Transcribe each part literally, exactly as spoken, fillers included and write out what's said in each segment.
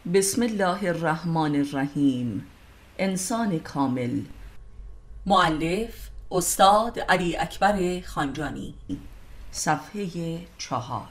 بسم الله الرحمن الرحیم. انسان کامل. مؤلف استاد علی اکبر خانجانی. صفحه چهار.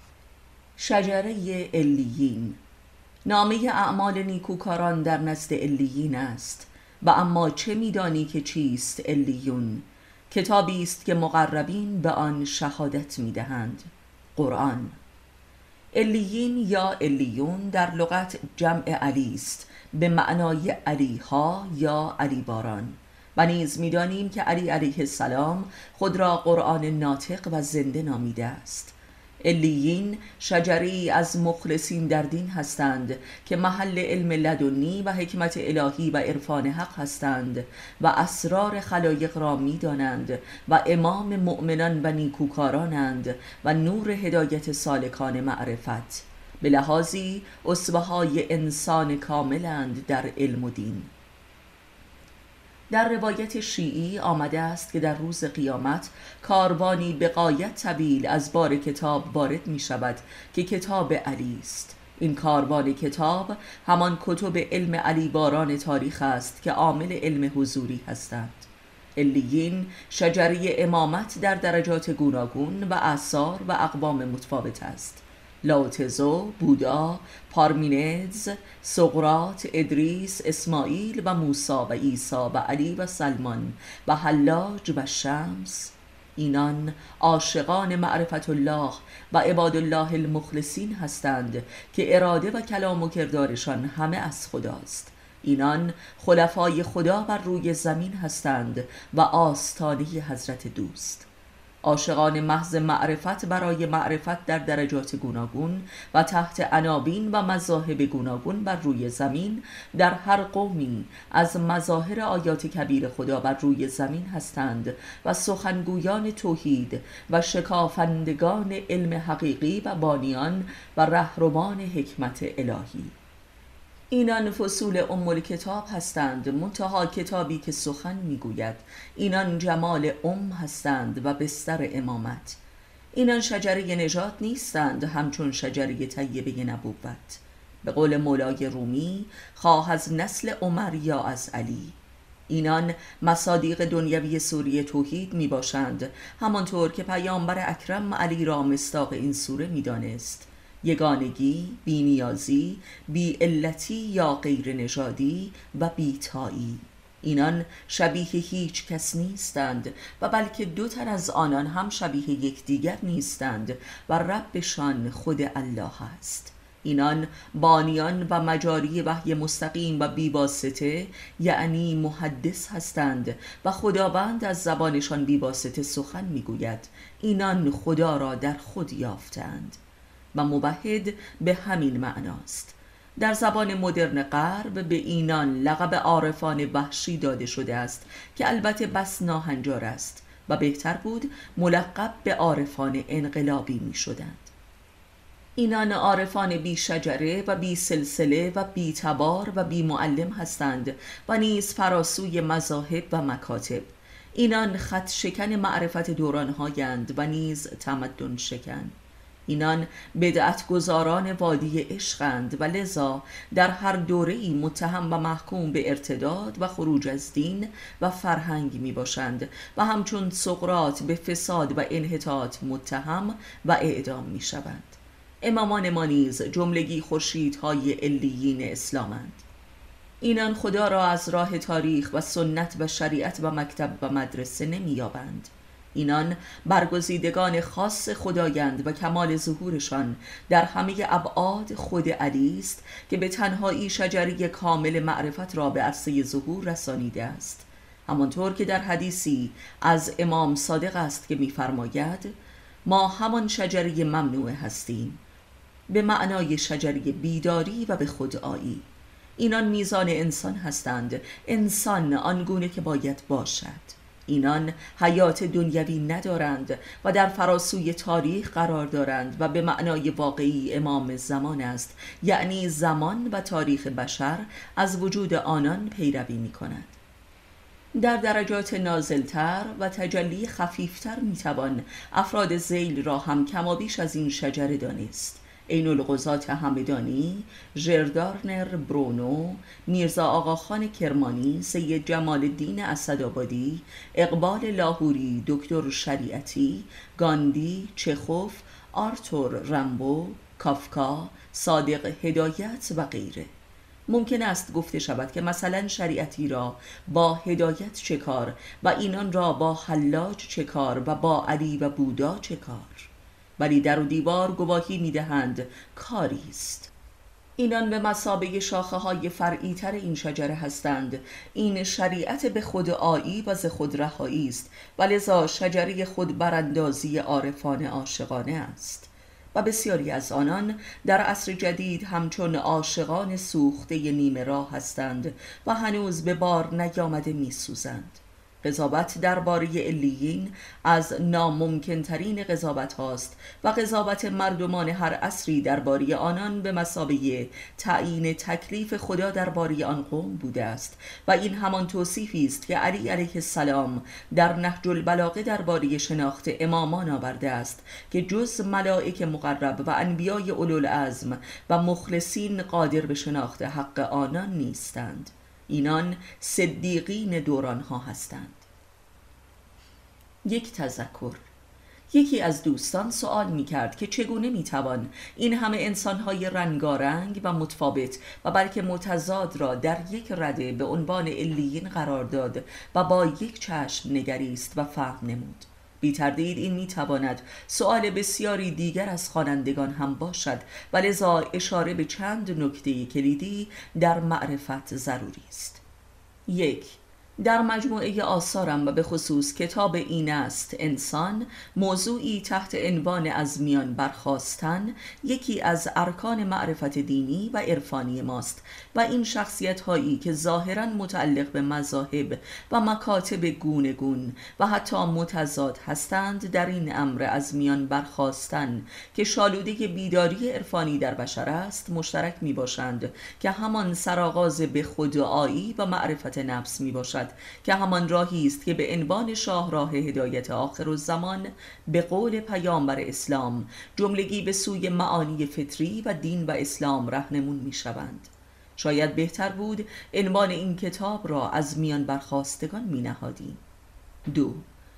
شجره علیین. نامه اعمال نیکوکاران در نزد علیین است. و اما چه می‌دانی که چیست علیون؟ کتابی است که مقربین به آن شهادت می‌دهند. قرآن. علیین یا علیون در لغت جمع علی است، به معنای علیها یا علی باران. و نیز می‌دانیم که علی علیه السلام خود را قرآن ناطق و زنده نامیده است. علیین شجری از مخلصین در دین هستند که محل علم لدنی و حکمت الهی و عرفان حق هستند و اسرار خلایق را می دانند و امام مؤمنان و نیکوکارانند و نور هدایت سالکان معرفت. به لحاظی اسوه های انسان کاملند در علم و دین. در روایت شیعی آمده است که در روز قیامت کاروانی به غایت طویل از بار کتاب وارد می شود که کتاب علی است. این کاروان کتاب همان کتب علم علی باران تاریخ است که عامل علم حضوری هستند. علیین شجره امامت در درجات گوناگون و اعصار و اقوام متفاوت است. لاوتزو، بودا، پارمینیدز، سقراط، ادریس، اسماعیل و موسی و عیسی و علی و سلمان و حلاج و شمس. اینان عاشقان معرفت الله و عباد الله المخلصین هستند که اراده و کلام و کردارشان همه از خداست. اینان خلفای خدا بر روی زمین هستند و آستانه حضرت دوست. عاشقان محض معرفت برای معرفت در درجات گوناگون و تحت عناوین و مذاهب گوناگون بر روی زمین در هر قومی از مظاهر آیات کبیر خدا بر روی زمین هستند و سخنگویان توحید و شکافندگان علم حقیقی و بانیان و رهروان حکمت الهی. اینان فصول ام الکتاب هستند، منتها کتابی که سخن میگوید. اینان جمال ام هستند و بستر امامت. اینان شجره نجات نیستند همچون شجره طیبه نبوت. به قول مولای رومی، خواه از نسل عمر یا از علی. اینان مصادیق دنیوی سوره توحید می باشند، همانطور که پیامبر اکرم علی را مصداق این سوره می دانست. یگانگی، بینیازی، بی علتی یا غیر نژادی و بیتایی. اینان شبیه هیچ کس نیستند و بلکه دو تن از آنان هم شبیه یکدیگر نیستند و ربشان خود الله است. اینان بانیان و مجاری وحی مستقیم و بیواسطه، یعنی محدث هستند و خداوند از زبانشان بیواسطه سخن میگوید. اینان خدا را در خود یافتند و موحد به همین معناست. در زبان مدرن غرب به اینان لقب عارفان وحشی داده شده است که البته بس ناهنجار است و بهتر بود ملقب به عارفان انقلابی می شدند. اینان عارفان بی شجره و بی سلسله و بی تبار و بی معلم هستند و نیز فراسوی مذاهب و مکاتب. اینان خط شکن معرفت دورانهایند و نیز تمدن شکن. اینان بدعت گزاران وادی عشقند و لذا در هر دوره‌ای متهم و محکوم به ارتداد و خروج از دین و فرهنگ می باشند و همچون سقراط به فساد و انحطاط متهم و اعدام می شوند. امامان ما نیز جملگی خورشیدهای علیین اسلامند. اینان خدا را از راه تاریخ و سنت و شریعت و مکتب و مدرسه نمی یابند. اینان برگزیدگان خاص خدایند و کمال ظهورشان در همه ابعاد خود علی است که به تنهایی شجره کامل معرفت را به عرصه ظهور رسانیده است. همانطور که در حدیثی از امام صادق است که می‌فرماید ما همان شجره ممنوع هستیم، به معنای شجره بیداری و به خودآیی. اینان میزان انسان هستند، انسان آنگونه که باید باشد. اینان حیات دنیوی ندارند و در فراسوی تاریخ قرار دارند و به معنای واقعی امام زمان است، یعنی زمان و تاریخ بشر از وجود آنان پیروی می کند. در درجات نازلتر و تجلی خفیفتر می توان افراد ذیل را هم کمابیش از این شجره دانست. عین القضات همدانی، ژردارنر برونو، میرزا آقاخان کرمانی، سید جمال الدین اسدآبادی، اقبال لاهوری، دکتر شریعتی، گاندی، چخوف، آرتور رامبو، کافکا، صادق هدایت و غیره. ممکن است گفته شود که مثلا شریعتی را با هدایت چه کار و اینان را با حلاج چه کار و با علی و بودا چه کار؟ ولی در و دیوار گواهی میدهند کاری است. اینان به مثابه شاخه های فرعی تر این شجره هستند. این شریعت به خود آیی و ز خود رهایی است و لذا شجره خود براندازی عارفان عاشقانه است. و بسیاری از آنان در عصر جدید همچون عاشقان سوخته نیمه راه هستند و هنوز به بار نیامده می سوزند. قضاوت درباره علیین از ناممکن ترین قضاوت هاست و قضاوت مردمان هر عصری درباره آنان به مثابه تعیین تکلیف خدا درباره آن قوم بوده است و این همان توصیفی است که علی علیه السلام در نهج البلاغه درباره شناخت امامان آورده است که جز ملائک مقرب و انبیای اولوالعزم و مخلصین قادر به شناخت حق آنان نیستند. اینان صدیقین دوران ها هستند. یک تذکر: یکی از دوستان سوال می کرد که چگونه می توان این همه انسانهای رنگارنگ و متفاوت و بلکه متضاد را در یک رده به عنوان علیین قرار داد و با یک چشم نگریست و فهم نمود. بی تردید این می تواند سؤال بسیاری دیگر از خوانندگان هم باشد و لذا اشاره به چند نکته کلیدی در معرفت ضروری است. یک، در مجموعه آثارم و به خصوص کتاب این است انسان، موضوعی تحت عنوان از میان برخاستن یکی از ارکان معرفت دینی و عرفانی ماست و این شخصیت هایی که ظاهراً متعلق به مذاهب و مکاتب گونگون و حتی متضاد هستند در این امر از میان برخاستن که شالوده بیداری عرفانی در بشر است مشترک می باشند که همان سرآغاز به خودآیی و معرفت نفس می باشد که همان راهی است که به عنوان شاهراه هدایت آخرالزمان به قول پیامبر اسلام جملگی به سوی معانی فطری و دین و اسلام راهنمون می شوند. شاید بهتر بود عنوان این کتاب را از میان برخاستگان می نهادیم. دو،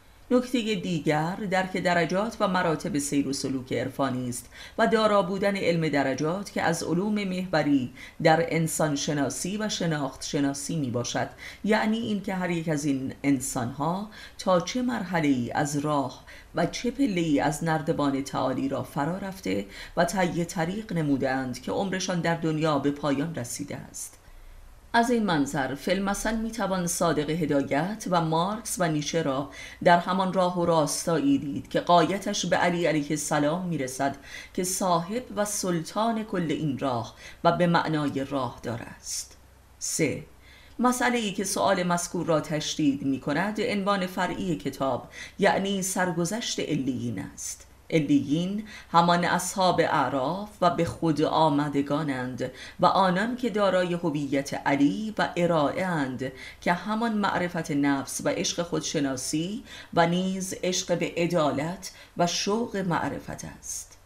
نکته دیگر درک درجات و مراتب سیر و سلوک عرفانی است و دارا بودن علم درجات که از علوم محوری در انسان شناسی و شناخت شناسی می باشد، یعنی این که هر یک از این انسانها تا چه مرحله‌ای از راه و چه پله‌ای از نردبان تعالی را فرا رفته و طی طریق نمودند که عمرشان در دنیا به پایان رسیده است. از این منظر فی‌المثل میتوان صادق هدایت و مارکس و نیچه را در همان راه و راستایی دید که غایتش به علی علیه السلام میرسد که صاحب و سلطان کل این راه و به معنای راه دار است. سه، مسئله ای که سؤال مذکور را تشدید می کند عنوان فرعی کتاب یعنی سرگذشت علیین است. علیین همان اصحاب اعراف و به خود آمدگانند و آنان که دارای هویت علی و ارائه اند که همان معرفت نفس و عشق خودشناسی و نیز عشق به عدالت و شوق معرفت است.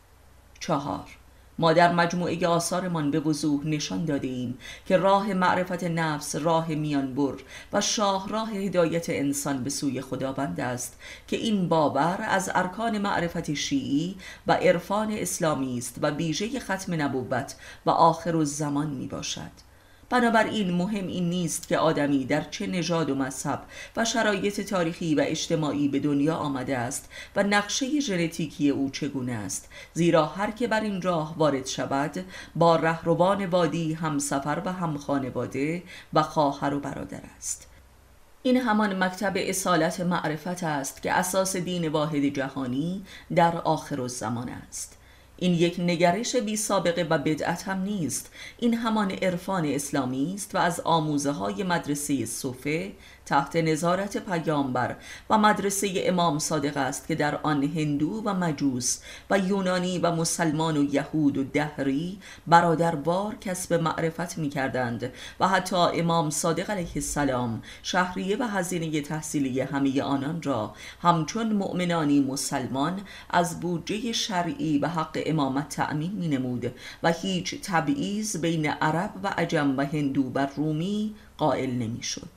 چهار، ما در مجموعه آثارمان به وضوح نشان داده ایم که راه معرفت نفس راه میانبر و شاهراه هدایت انسان به سوی خداوند است که این باور از ارکان معرفت شیعی و عرفان اسلامی است و ویژه ختم نبوت و آخرالزمان می باشد. بنابراین مهم این نیست که آدمی در چه نژاد و مذهب و شرایط تاریخی و اجتماعی به دنیا آمده است و نقشه ژنتیکی او چگونه است، زیرا هر که بر این راه وارد شود با رهروان وادی همسفر و هم خانواده و خواهر و برادر است. این همان مکتب اصالت معرفت است که اساس دین واحد جهانی در آخرالزمان است. این یک نگرش بی سابقه و بدعت هم نیست، این همان عرفان اسلامی است و از آموزه های مدرسه صوفه تحت نظارت پیامبر و مدرسه امام صادق است که در آن هندو و مجوس و یونانی و مسلمان و یهود و دهری برادروار کسب معرفت می کردند و حتی امام صادق علیه السلام شهریه و هزینه تحصیلی همه آنان را همچون مؤمنانی مسلمان از بودجه شرعی و حق امامت تأمین می نمود و هیچ تبعیض بین عرب و عجم و هندو و رومی قائل نمی شد.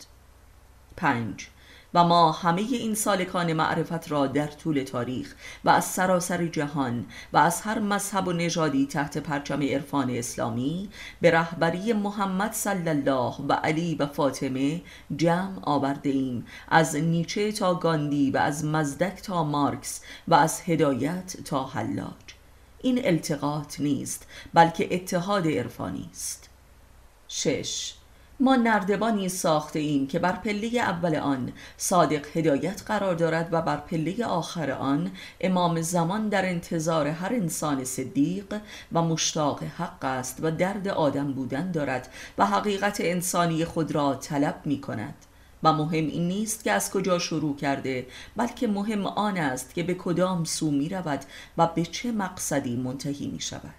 پنج. و ما همه این سالکان معرفت را در طول تاریخ و از سراسر جهان و از هر مذهب و نژادی تحت پرچم عرفان اسلامی به رهبری محمد صلی الله و علی و فاطمه جمع آورده ایم، از نیچه تا گاندی و از مزدک تا مارکس و از هدایت تا حلاج. این التقاط نیست بلکه اتحاد عرفانی است. شش. ما نردبانی ساخته ایم که بر پله اول آن صادق هدایت قرار دارد و بر پله آخر آن امام زمان در انتظار هر انسان صدیق و مشتاق حق است و درد آدم بودن دارد و حقیقت انسانی خود را طلب می کند. و مهم این نیست که از کجا شروع کرده، بلکه مهم آن است که به کدام سو می رود و به چه مقصدی منتهی می شود.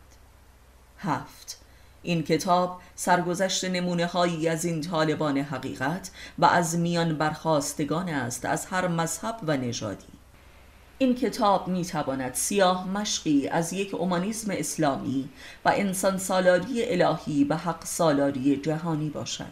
هفت. این کتاب سرگذشت نمونه هایی از این طالبان حقیقت و از میان برخاستگان است از هر مذهب و نژادی. این کتاب می تواند سیاه مشقی از یک اومانیسم اسلامی و انسان سالاری الهی و حق سالاری جهانی باشد.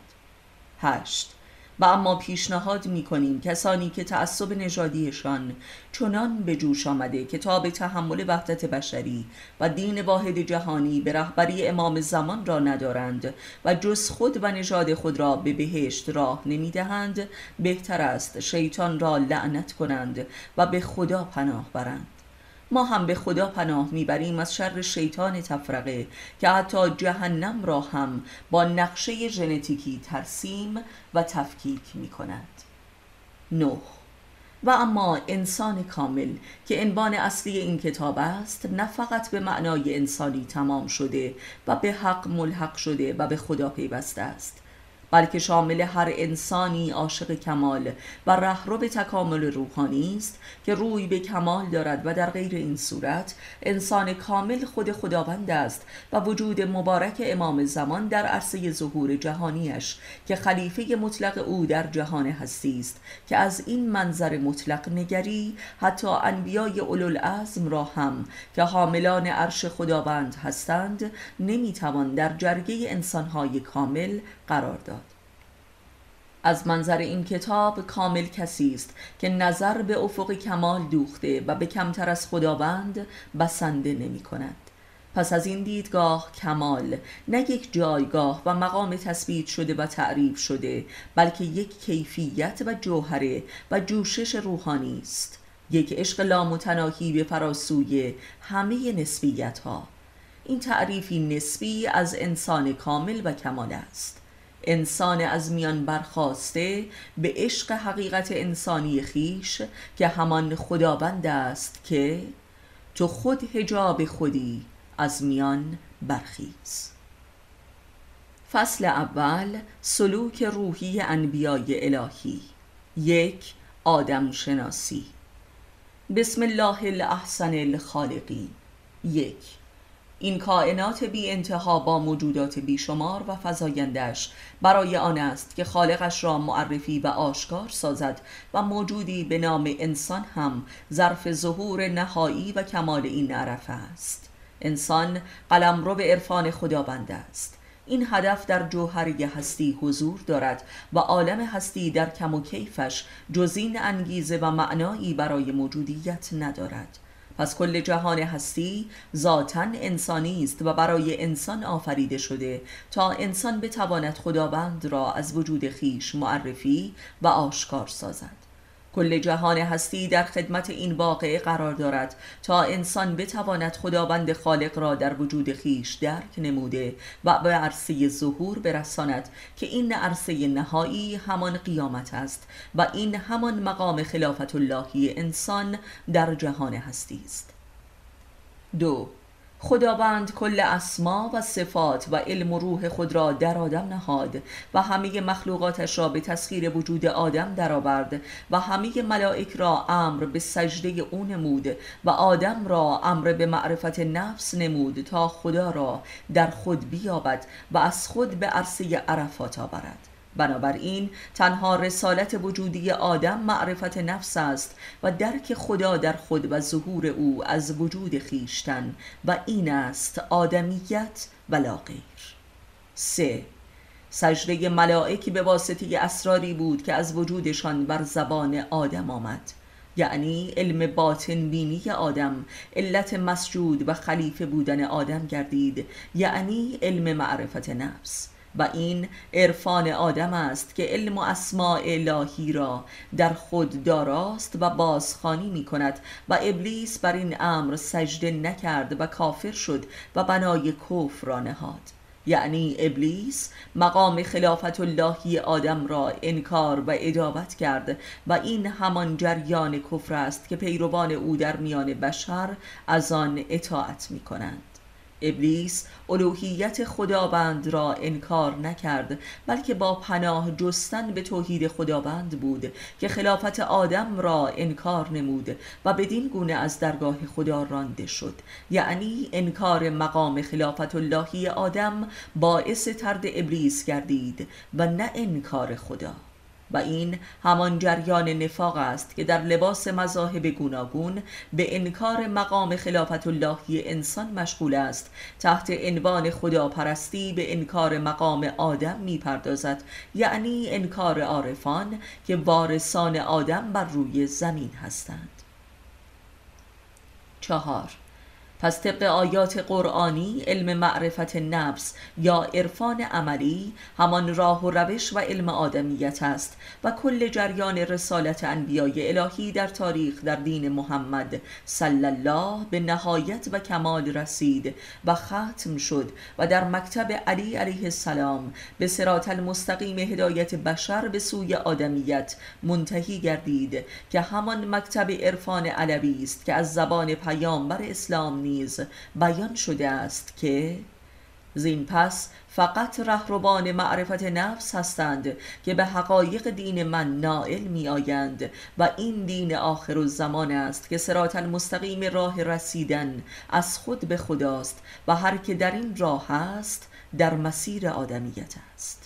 هشت. و اما پیشنهاد می کنیم کسانی که تعصب نژادیشان چنان به جوش آمده که تا به تحمل وحدت بشری و دین واحد جهانی به رهبری امام زمان را ندارند و جز خود و نژاد خود را به بهشت راه نمی دهند، بهتر است شیطان را لعنت کنند و به خدا پناه برند. ما هم به خدا پناه میبریم از شر شیطان تفرقه که حتی جهنم را هم با نقشه ژنتیکی ترسیم و تفکیک می کند. نه. و اما انسان کامل که عنوان اصلی این کتاب است، نه فقط به معنای انسانی تمام شده و به حق ملحق شده و به خدا پیوسته است، بلکه شامل هر انسانی عاشق کمال و رهرو به تکامل روحانی است که روی به کمال دارد و در غیر این صورت انسان کامل خود خداوند است و وجود مبارک امام زمان در عرصه ظهور جهانیش که خلیفه مطلق او در جهان هستی است که از این منظر مطلق نگری حتی انبیای اولوالعزم را هم که حاملان عرش خداوند هستند نمیتوان در جرگه انسانهای کامل قرار داد. از منظر این کتاب کامل کسی است که نظر به افق کمال دوخته و به کمتر از خداوند بسنده نمی کند. پس از این دیدگاه کمال نه یک جایگاه و مقام تثبیت شده و تعریف شده، بلکه یک کیفیت و جوهره و جوشش روحانی است، یک عشق لامتناهی به فراسوی همه نسبیت ها. این تعریفی نسبی از انسان کامل و کمال است، انسان از میان برخاسته به عشق حقیقت انسانی خیش که همان خداوند است که تو خود حجاب خودی از میان برخیز. فصل اول، سلوک روحی انبیای الهی. یک، آدم شناسی. بسم الله الاحسن الخالقی. یک، این کائنات بی انتها با موجودات بیشمار و فزایندش برای آن است که خالقش را معرفی و آشکار سازد و موجودی به نام انسان هم ظرف ظهور نهایی و کمال این عرفه است. انسان قلمرو به عرفان خداوند است. این هدف در جوهره هستی حضور دارد و عالم هستی در کم و کیفش جز این انگیزه و معنایی برای موجودیت ندارد. پس کل جهان هستی ذاتاً انسانی است و برای انسان آفریده شده تا انسان بتواند خداوند را از وجود خیش معرفی و آشکار سازد. کل جهان هستی در خدمت این واقعه قرار دارد تا انسان بتواند خداوند خالق را در وجود خیش درک نموده و به عرصه ظهور برساند که این عرصه نهایی همان قیامت است و این همان مقام خلافت اللهی انسان در جهان هستی است. دو، خداوند کل اسما و صفات و علم و روح خود را در آدم نهاد و همه مخلوقاتش را به تسخیر وجود آدم درآورد و همه ملائک را امر به سجده او نمود و آدم را امر به معرفت نفس نمود تا خدا را در خود بیابد و از خود به عرصه عرفات آورد. بنابراین تنها رسالت وجودی آدم معرفت نفس است و درک خدا در خود و ظهور او از وجود خیشتن و این است آدمیت و لا غیر. سه. سجده ملائک به واسطه اسراری بود که از وجودشان بر زبان آدم آمد، یعنی علم باطن بینی آدم علت مسجود و خلیفه بودن آدم گردید، یعنی علم معرفت نفس، و این عرفان آدم است که علم و اسماء الهی را در خود داراست و بازخوانی می کند و ابلیس بر این امر سجده نکرد و کافر شد و بنای کفر را نهاد، یعنی ابلیس مقام خلافت اللهی آدم را انکار و ادابت کرد و این همان جریان کفر است که پیروان او در میان بشر از آن اطاعت می کنند. ابلیس الوهیت خداوند را انکار نکرد، بلکه با پناه جستن به توحید خداوند بود که خلافت آدم را انکار نمود و بدین گونه از درگاه خدا رانده شد، یعنی انکار مقام خلافت اللهی آدم باعث طرد ابلیس گردید و نه انکار خدا. و این همان جریان نفاق است که در لباس مذاهب گوناگون به انکار مقام خلافت اللهی انسان مشغول است، تحت عنوان خداپرستی به انکار مقام آدم می پردازد، یعنی انکار عارفان که وارثان آدم بر روی زمین هستند. چهار. پس طبق آیات قرآنی علم معرفت نفس یا عرفان عملی همان راه و روش و علم آدمیت است و کل جریان رسالت انبیای الهی در تاریخ در دین محمد صلی الله به نهایت و کمال رسید و ختم شد و در مکتب علی علیه السلام به صراط المستقیم هدایت بشر به سوی آدمیت منتهی گردید که همان مکتب عرفان علوی است که از زبان پیامبر اسلام نیز بیان شده است که زین پس فقط رهروان معرفت نفس هستند که به حقایق دین من نائل می آیند و این دین آخر الزمان است که صراط المستقیم راه رسیدن از خود به خداست و هر که در این راه است در مسیر آدمیت است.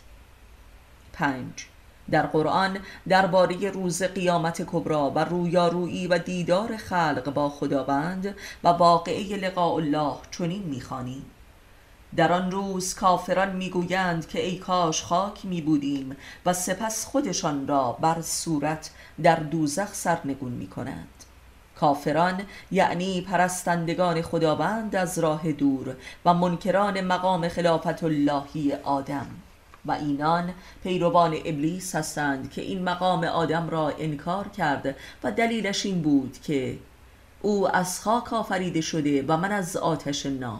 پنج. در قرآن درباره روز قیامت کبری و رویارویی و دیدار خلق با خداوند و واقعه لقاء الله چنین می‌خوانیم: در آن روز کافران میگویند که ای کاش خاک می بودیم و سپس خودشان را بر صورت در دوزخ سرنگون می کنند. کافران یعنی پرستندگان خداوند از راه دور و منکران مقام خلافت اللهی آدم، و اینان پیروان ابلیس هستند که این مقام آدم را انکار کرد و دلیلش این بود که او از خاک آفریده شده و من از آتش ناب.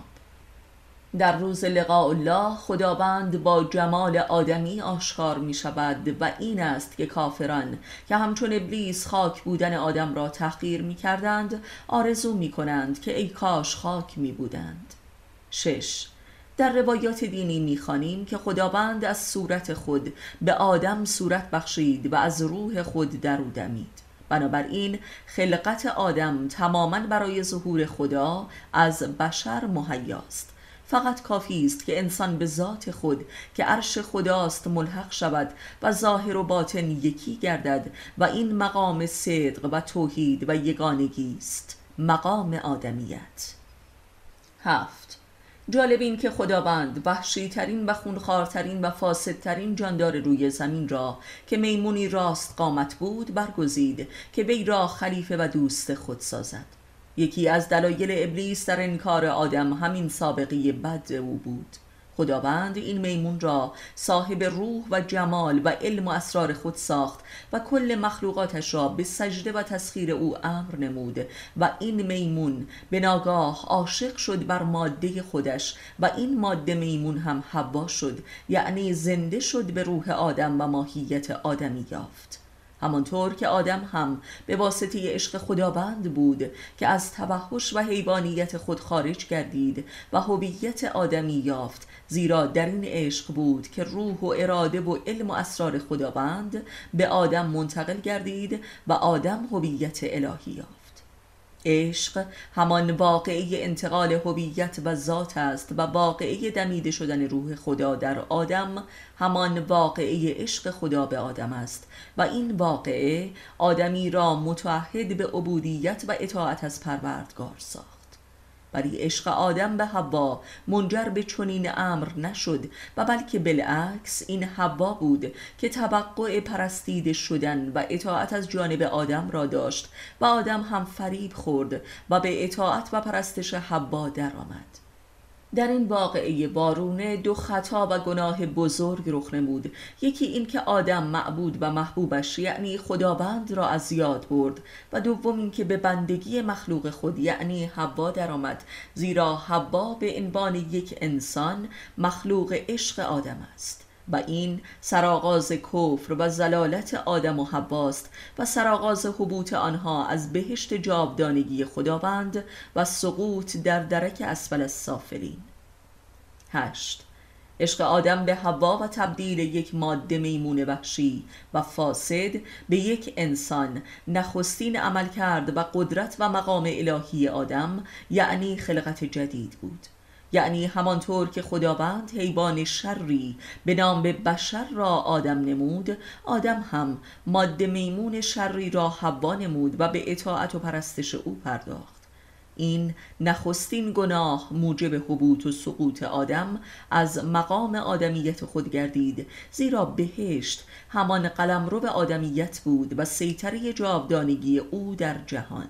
در روز لقاء الله خداوند با جمال آدمی آشکار می شود و این است که کافران که همچون ابلیس خاک بودن آدم را تحقیر می کردند آرزو می کنند که ای کاش خاک می بودند. شش. در روایات دینی می‌خوانیم که خداوند از صورت خود به آدم صورت بخشید و از روح خود در او دمید. بنابراین خلقت آدم تماماً برای ظهور خدا از بشر مهیاست. فقط کافی است که انسان به ذات خود که عرش خداست ملحق شود و ظاهر و باطن یکی گردد و این مقام صدق و توحید و یگانگی است، مقام آدمیت. هفت. جالب این که خداوند وحشی ترین و خونخوارترین و فاسدترین جاندار روی زمین را که میمونی راست قامت بود برگزید که وی را خلیفه و دوست خود سازد. یکی از دلایل ابلیس در انکار آدم همین سابقه بد او بود. خداوند این میمون را صاحب روح و جمال و علم و اسرار خود ساخت و کل مخلوقاتش را به سجده و تسخیر او امر نمود و این میمون به ناگاه عاشق شد بر ماده خودش و این ماده میمون هم حوا شد، یعنی زنده شد به روح آدم و ماهیت آدمی یافت. همانطور که آدم هم به واسطه عشق خداوند بود که از توحش و حیوانیت خود خارج گردید و هویت آدمی یافت، زیرا در این عشق بود که روح و اراده و علم و اسرار خداوند به آدم منتقل گردید و آدم هویت الهی یافت. عشق همان واقعه انتقال هویت و ذات است و واقعه دمیده شدن روح خدا در آدم همان واقعه عشق خدا به آدم است و این واقعه آدمی را متعهد به عبودیت و اطاعت از پروردگار ساخت. ولی عشق آدم به حوا منجر به چنین امر نشد و بلکه بالعکس این حوا بود که توقع پرستیده شدن و اطاعت از جانب آدم را داشت و آدم هم فریب خورد و به اطاعت و پرستش حوا درآمد. در این واقعه وارونه دو خطا و گناه بزرگ رخ نمود. یکی این که آدم معبود و محبوبش یعنی خداوند را از یاد برد و دوم این که به بندگی مخلوق خود یعنی حوا درآمد، زیرا حوا به عنوان یک انسان مخلوق عشق آدم است و این سرآغاز کفر و ضلالت آدم و حواست و سرآغاز حبوط آنها از بهشت جاودانگی خداوند و سقوط در درک اسفل السافلین. هشت. عشق آدم به حوا و تبدیل یک ماده میمون وحشی و فاسد به یک انسان نخستین عمل کرد و قدرت و مقام الهی آدم یعنی خلقت جدید بود. یعنی همانطور که خداوند حیوان شری به نام بشر را آدم نمود، آدم هم ماده میمون شری را حوا نمود و به اطاعت و پرستش او پرداخت. این نخستین گناه موجب حبوط و سقوط آدم از مقام آدمیت خود گردید، زیرا بهشت همان قلمرو به آدمیت بود و سیطره جاودانگی او در جهان.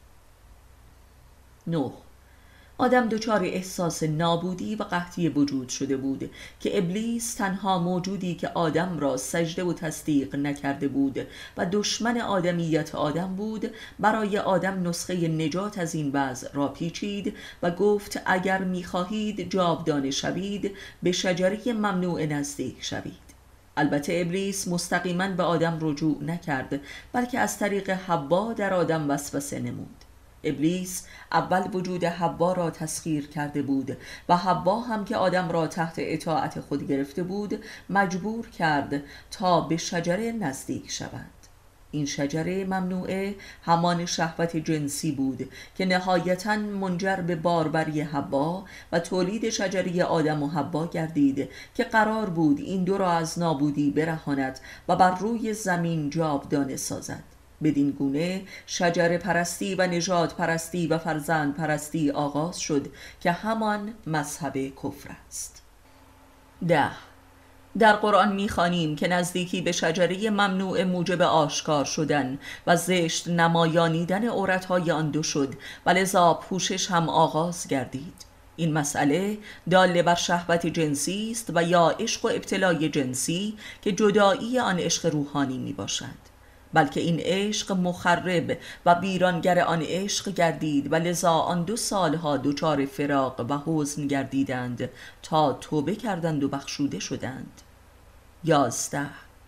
نه. آدم دچار احساس نابودی و قحطی وجود شده بود که ابلیس تنها موجودی که آدم را سجده و تصدیق نکرده بود و دشمن آدمیت آدم بود، برای آدم نسخه نجات از این وضع را پیچید و گفت اگر می‌خواهید جاودانه شوید به شجره ممنوع نزدیک شوید. البته ابلیس مستقیما به آدم رجوع نکرد، بلکه از طریق حوا در آدم وسوسه نمود. ابلیس اول وجود حوا را تسخیر کرده بود و حوا هم که آدم را تحت اطاعت خود گرفته بود مجبور کرد تا به شجره نزدیک شوند. این شجره ممنوعه همان شهوت جنسی بود که نهایتاً منجر به باربری حوا و تولید شجره آدم و حوا گردید که قرار بود این دو را از نابودی برهاند و بر روی زمین جاودانه سازد. بدین گونه شجره پرستی و نژاد پرستی و فرزند پرستی آغاز شد که همان مذهب کفر است. ده. در قرآن می‌خوانیم که نزدیکی به شجره ممنوع موجب آشکار شدن و زشت نمایانیدن عورت‌های آن دو شد و لذا پوشش هم آغاز گردید. این مسئله دال بر شهوت جنسی است و یا عشق و ابتلای جنسی که جدایی آن عشق روحانی می باشد، بلکه این عشق مخرب و ویرانگر آن عشق گردید و لذا آن دو سالها دچار فراق و حزن گردیدند تا توبه کردند و بخشوده شدند. یازده.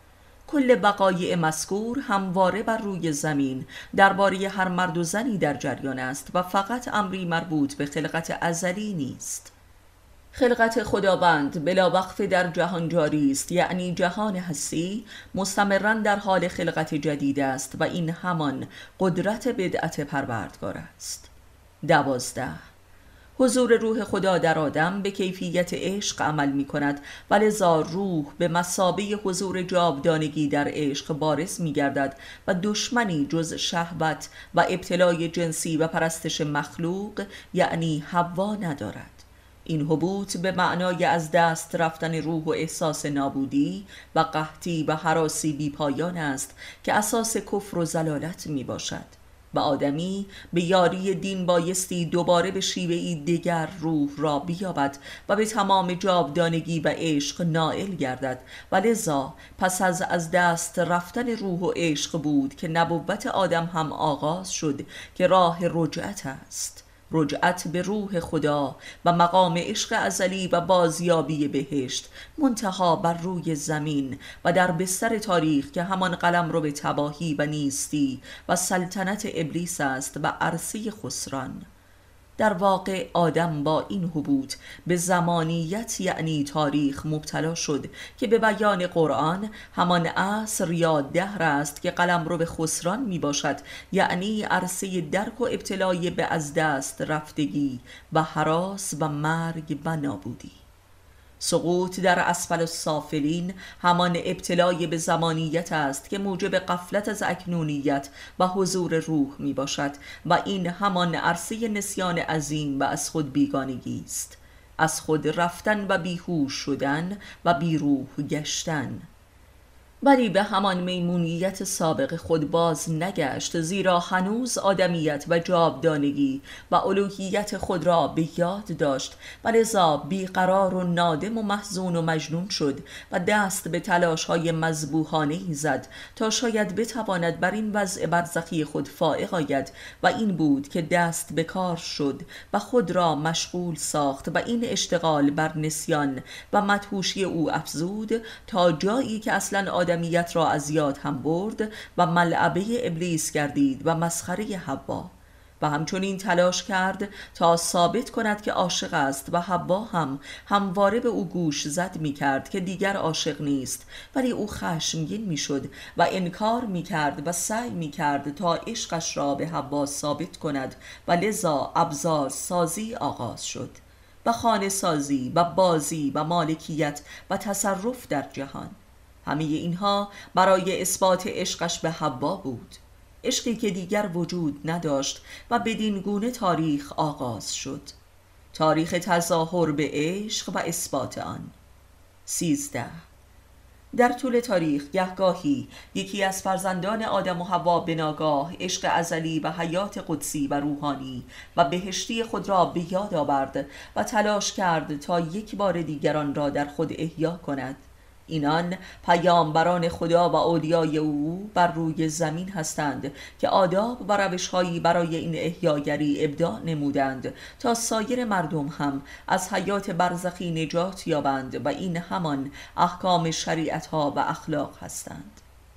کل وقایع مذکور همواره بر روی زمین درباره هر مرد و زنی در جریان است و فقط امری مربوط به خلقت ازلی نیست. خلقت خداوند بلا وقف در جهان جاری است، یعنی جهان هستی مستمراً در حال خلقت جدید است و این همان قدرت بدعت پروردگار است. دوازده. حضور روح خدا در آدم به کیفیت عشق عمل می کند و لذا روح به مثابه حضور جاودانگی در عشق بارز می گردد و دشمنی جز شهوت و ابتلای جنسی و پرستش مخلوق یعنی حوا ندارد. این حبوط به معنای از دست رفتن روح و احساس نابودی و قحطی و هراسی بی پایان است که اساس کفر و ضلالت می باشد و آدمی به یاری دین بایستی دوباره به شیوهی دیگر روح را بیابد و به تمام جاودانگی و عشق نائل گردد و لذا پس از از دست رفتن روح و عشق بود که نبوت آدم هم آغاز شد که راه رجعت است. رجعت به روح خدا و مقام عشق ازلی و بازیابی بهشت، منتها بر روی زمین و در بستر تاریخ که همان قلمرو به تباهی و نیستی و سلطنت ابلیس است و عرصه خسران. در واقع آدم با این هبوط به زمانیت یعنی تاریخ مبتلا شد که به بیان قرآن همان عصر یا دهر است که قلمرو به خسران می باشد، یعنی عرصه درک و ابتلای به از دست رفتگی و هراس و مرگ و نابودی. سقوط در اسفل السافلین همان ابتلای به زمانیت است که موجب غفلت از اکنونیت و حضور روح می باشد و این همان عرصه نسیان عظیم و از خود بیگانگی است، از خود رفتن و بیهوش شدن و بیروح گشتن. ولی به همان میمونیت سابق خود باز نگشت، زیرا هنوز آدمیت و جاودانگی و الوهیت خود را به یاد داشت و لذا بیقرار و نادم و محزون و مجنون شد و دست به تلاش‌های مذبوحانه‌ای زد تا شاید بتواند بر این وضع برزخی خود فائق آید و این بود که دست به کار شد و خود را مشغول ساخت و این اشتغال بر نسیان و مدهوشی او افزود تا جایی که اصلاً آدم آدمیت را از یاد هم برد و ملعبه ابلیس گردید و مسخره حوا، و همچنین تلاش کرد تا ثابت کند که عاشق است و حوا هم همواره به او گوش زد می کرد که دیگر عاشق نیست، ولی او خشمگین می شد و انکار می کرد و سعی می کرد تا عشقش را به حوا ثابت کند و لذا ابزار سازی آغاز شد و خانه سازی و بازی و مالکیت و تصرف در جهان. همه اینها برای اثبات عشقش به حوا بود، عشقی که دیگر وجود نداشت و بدین گونه تاریخ آغاز شد، تاریخ تظاهر به عشق و اثبات آن. سیزده. در طول تاریخ گهگاهی یکی از فرزندان آدم و حوا به ناگاه عشق ازلی و حیات قدسی و روحانی و بهشتی خود را به یاد آورد و تلاش کرد تا یک بار دیگران را در خود احیا کند. اینان پیامبران خدا و اولیای او بر روی زمین هستند که آداب و روش‌هایی برای این احیاگری ابداع نمودند تا سایر مردم هم از حیات برزخی نجات یابند و این همان احکام شریعت‌ها و اخلاق هستند.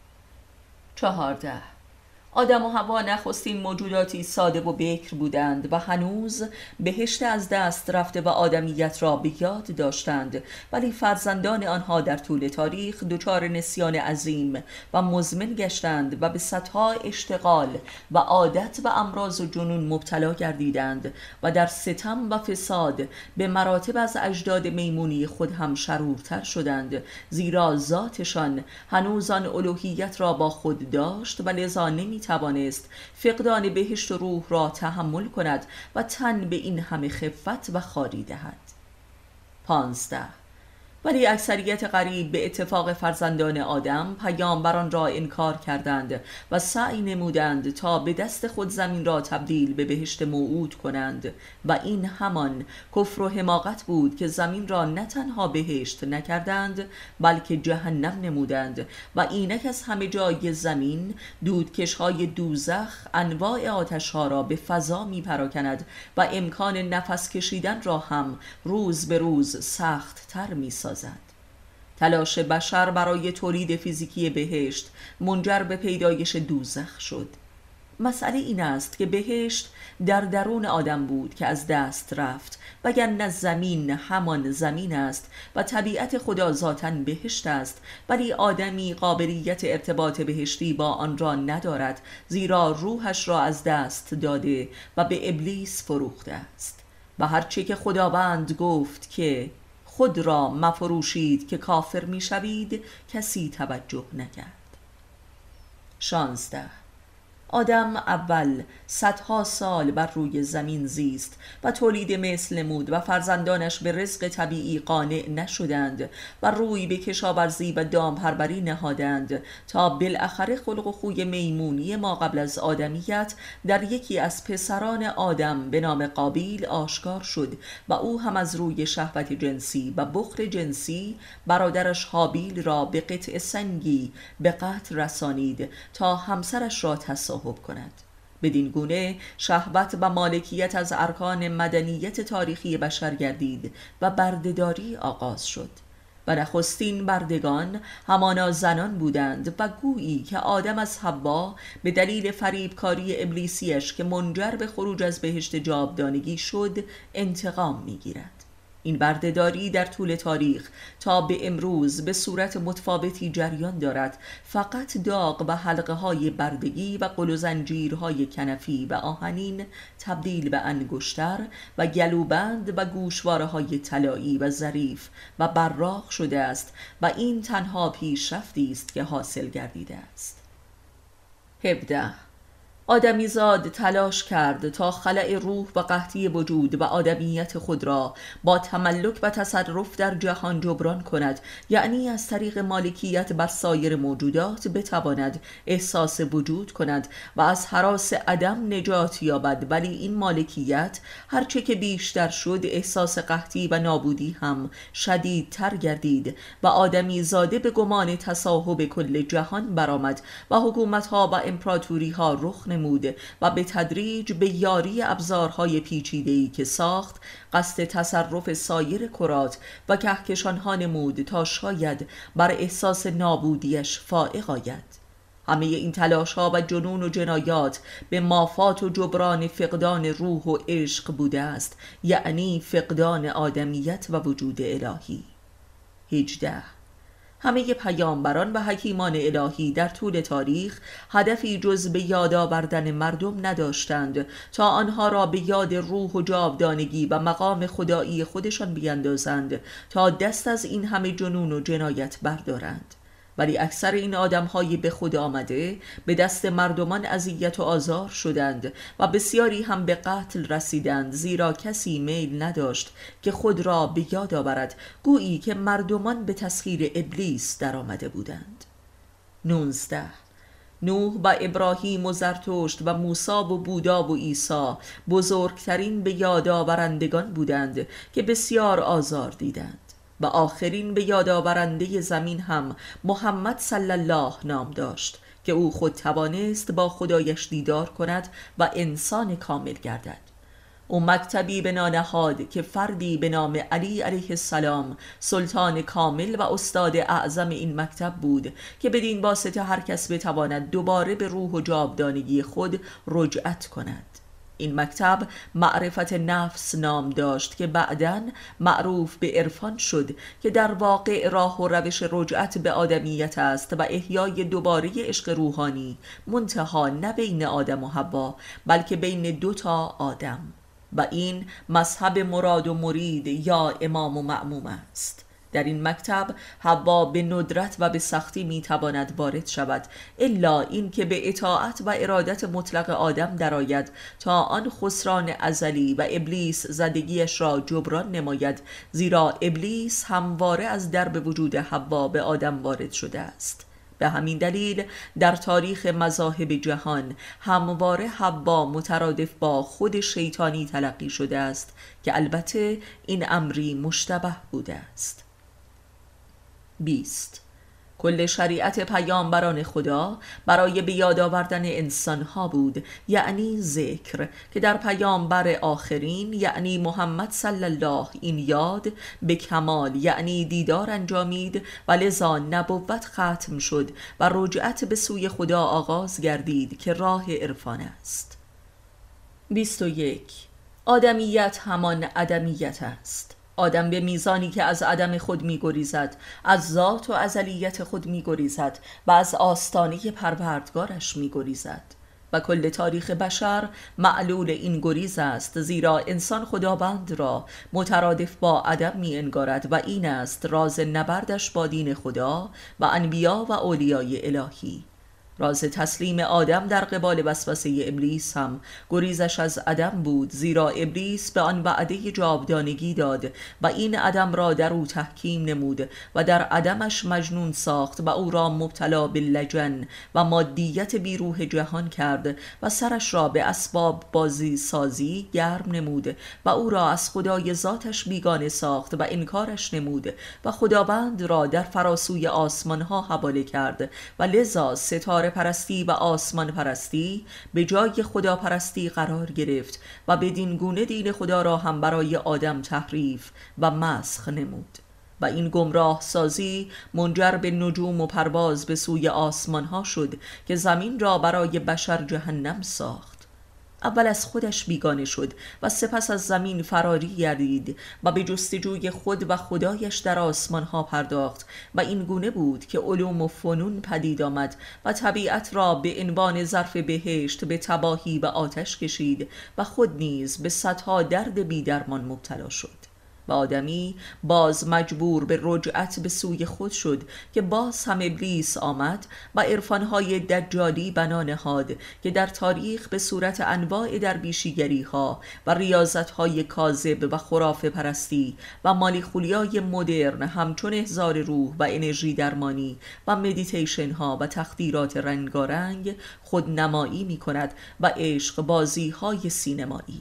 چهارده. آدم و حوا نخستین موجوداتی ساده و بکر بودند و هنوز بهشت از دست رفته و آدمیت را به یاد داشتند، ولی فرزندان آنها در طول تاریخ دچار نسیان عظیم و مزمن گشتند و به صدها اشتغال و عادت و امراض و جنون مبتلا گردیدند و در ستم و فساد به مراتب از اجداد میمونی خود هم شرورتر شدند، زیرا ذاتشان هنوز آن الوهیت را با خود داشت و لذا نمی توانست فقدان بهشت و روح را تحمل کند و تن به این همه خفت و خاری دهد. پانزده. ولی اکثریت قریب به اتفاق فرزندان آدم پیامبران را انکار کردند و سعی نمودند تا به دست خود زمین را تبدیل به بهشت موعود کنند و این همان کفر و حماقت بود که زمین را نه تنها بهشت نکردند بلکه جهنم نمودند و اینک از همه جای زمین دودکش‌های دوزخ انواع آتش‌ها را به فضا می پراکند و امکان نفس کشیدن را هم روز به روز سخت تر می سازد. تلاش بشر برای تولید فیزیکی بهشت منجر به پیدایش دوزخ شد. مسئله این است که بهشت در درون آدم بود که از دست رفت، وگرنه زمین همان زمین است و طبیعت خدا ذاتاً بهشت است، ولی آدمی قابلیت ارتباط بهشتی با آن را ندارد، زیرا روحش را از دست داده و به ابلیس فروخته است. و هرچه که خداوند گفت که خود را مفروشید که کافر می شوید کسی توجه نکرد. شانزده. آدم اول صدها سال بر روی زمین زیست و تولید مثل نمود و فرزندانش به رزق طبیعی قانع نشدند و روی به کشاورزی و دامپروری نهادند تا بالاخره خلق و خوی میمونی ما قبل از آدمیت در یکی از پسران آدم به نام قابیل آشکار شد و او هم از روی شهوت جنسی و بخل جنسی برادرش هابیل را به قطع سنگی به قتل رسانید تا همسرش را تصاحب کند. بدین گونه شهوت و مالکیت از ارکان مدنیت تاریخی بشر گردید و بردهداری آغاز شد و نخستین بردگان همانا زنان بودند و گویی که آدم از حوا به دلیل فریبکاری ابلیسیش که منجر به خروج از بهشت جاودانگی شد انتقام میگیرد. این بردهداری در طول تاریخ تا به امروز به صورت متفاوتی جریان دارد، فقط داغ و حلقه های بردگی و قل و زنجیرهای کنفی و آهنین تبدیل به انگشتر و گلوبند و گوشواره های طلایی و ظریف و براق شده است و این تنها پیشرفتی است که حاصل گردیده است. هفده. آدمیزاد تلاش کرد تا خلأ روح و قحطی وجود و آدمیت خود را با تملک و تصرف در جهان جبران کند، یعنی از طریق مالکیت بر سایر موجودات بتواند احساس وجود کند و از هراس عدم نجات یابد. ولی این مالکیت هرچه که بیشتر شد احساس قحطی و نابودی هم شدیدتر گردید و آدمیزاده به گمان تصاحب کل جهان برآمد و حکومت‌ها و امپراتوری‌ها رخ نمود و به تدریج به یاری ابزارهای پیچیده‌ای که ساخت قصد تصرف سایر کرات و کهکشان‌ها نمود تا شاید بر احساس نابودیش فائق آید. همه این تلاش‌ها و جنون و جنایات به مافات و جبران فقدان روح و عشق بوده است، یعنی فقدان آدمیت و وجود الهی. هجده. همه پیامبران و حکیمان الهی در طول تاریخ هدفی جز به یاد آوردن مردم نداشتند تا آنها را به یاد روح و جاودانگی و مقام خدایی خودشان بیندازند تا دست از این همه جنون و جنایت بردارند. ولی اکثر این آدم‌های به خود آمده به دست مردمان اذیت و آزار شدند و بسیاری هم به قتل رسیدند، زیرا کسی میل نداشت که خود را به یاد آورد، گویی که مردمان به تسخیر ابلیس در آمده بودند. نوزده. نوح و ابراهیم و زرتشت و موسی و بودا و عیسی بزرگترین به یاد آورندگان بودند که بسیار آزار دیدند و آخرین به یاد آورنده زمین هم محمد صلی الله نام داشت که او خود توانست با خدایش دیدار کند و انسان کامل گردد. او مکتبی بنا نهاد که فردی به نام علی علیه السلام سلطان کامل و استاد اعظم این مکتب بود که بدین واسطه هر کس بتواند دوباره به روح و جاودانگی خود رجعت کند. این مکتب معرفت نفس نام داشت که بعداً معروف به عرفان شد که در واقع راه و روش رجعت به آدمیت است و احیای دوباره عشق روحانی، منتها نه بین آدم و حوا بلکه بین دو تا آدم، و این مذهب مراد و مرید یا امام و مأموم است. در این مکتب حوا به ندرت و به سختی میتواند وارد شود، الا این که به اطاعت و ارادت مطلق آدم درآید تا آن خسران ازلی و ابلیس زدگیش را جبران نماید، زیرا ابلیس همواره از درب وجود حوا به آدم وارد شده است. به همین دلیل در تاریخ مذاهب جهان همواره حوا مترادف با خود شیطانی تلقی شده است که البته این امری مشتبه بوده است. بیست. کل شریعت پیامبران خدا برای به یاد آوردن انسانها بود، یعنی ذکر، که در پیامبر آخرین یعنی محمد صلی الله این یاد به کمال یعنی دیدار انجامید و لذا نبوت ختم شد و رجعت به سوی خدا آغاز گردید که راه عرفان است. بیست و یک. آدمیت همان عدمیت است. آدم به میزانی که از عدم خود می‌گریزد، از ذات و ازلیت خود می‌گریزد و از آستانه پروردگارش می‌گریزد و کل تاریخ بشر معلول این گریز است، زیرا انسان خداوند را مترادف با عدم می‌انگارد و این است راز نبردش با دین خدا و انبیا و اولیای الهی. راز تسلیم آدم در قبال وسوسه ابلیس هم گریزش از عدم بود، زیرا ابلیس به آن وعده جاودانگی داد و این عدم را در او تحکیم نمود و در عدمش مجنون ساخت و او را مبتلا به لجن و مادیت بیروح جهان کرد و سرش را به اسباب بازی سازی گرم نمود و او را از خدای ذاتش بیگانه ساخت و انکارش نمود و خداوند را در فراسوی آسمانها حواله کرد و لذا ستاره ستاره پرستی و آسمان پرستی به جای خدا پرستی قرار گرفت و بدین گونه دین خدا را هم برای آدم تحریف و مسخ نمود و این گمراه سازی منجر به نجوم و پرواز به سوی آسمان ها شد که زمین را برای بشر جهنم ساخت. اول از خودش بیگانه شد و سپس از زمین فراری گردید و به جستجوی خود و خدایش در آسمان ها پرداخت و این گونه بود که علوم و فنون پدید آمد و طبیعت را به عنوان ظرف بهشت به تباهی و آتش کشید و خود نیز به صدها درد بی‌درمان مبتلا شد و آدمی باز مجبور به رجعت به سوی خود شد که باز هم ابلیس آمد و عرفانهای دجالی بنا نهاد که در تاریخ به صورت انواع درویشیگری ها و ریاضتهای کاذب و خرافه پرستی و مالیخولیای مدرن همچون احضار روح و انرژی درمانی و مدیتیشن ها و تخدیرات رنگارنگ خودنمایی می کند و عشق بازی های سینمایی.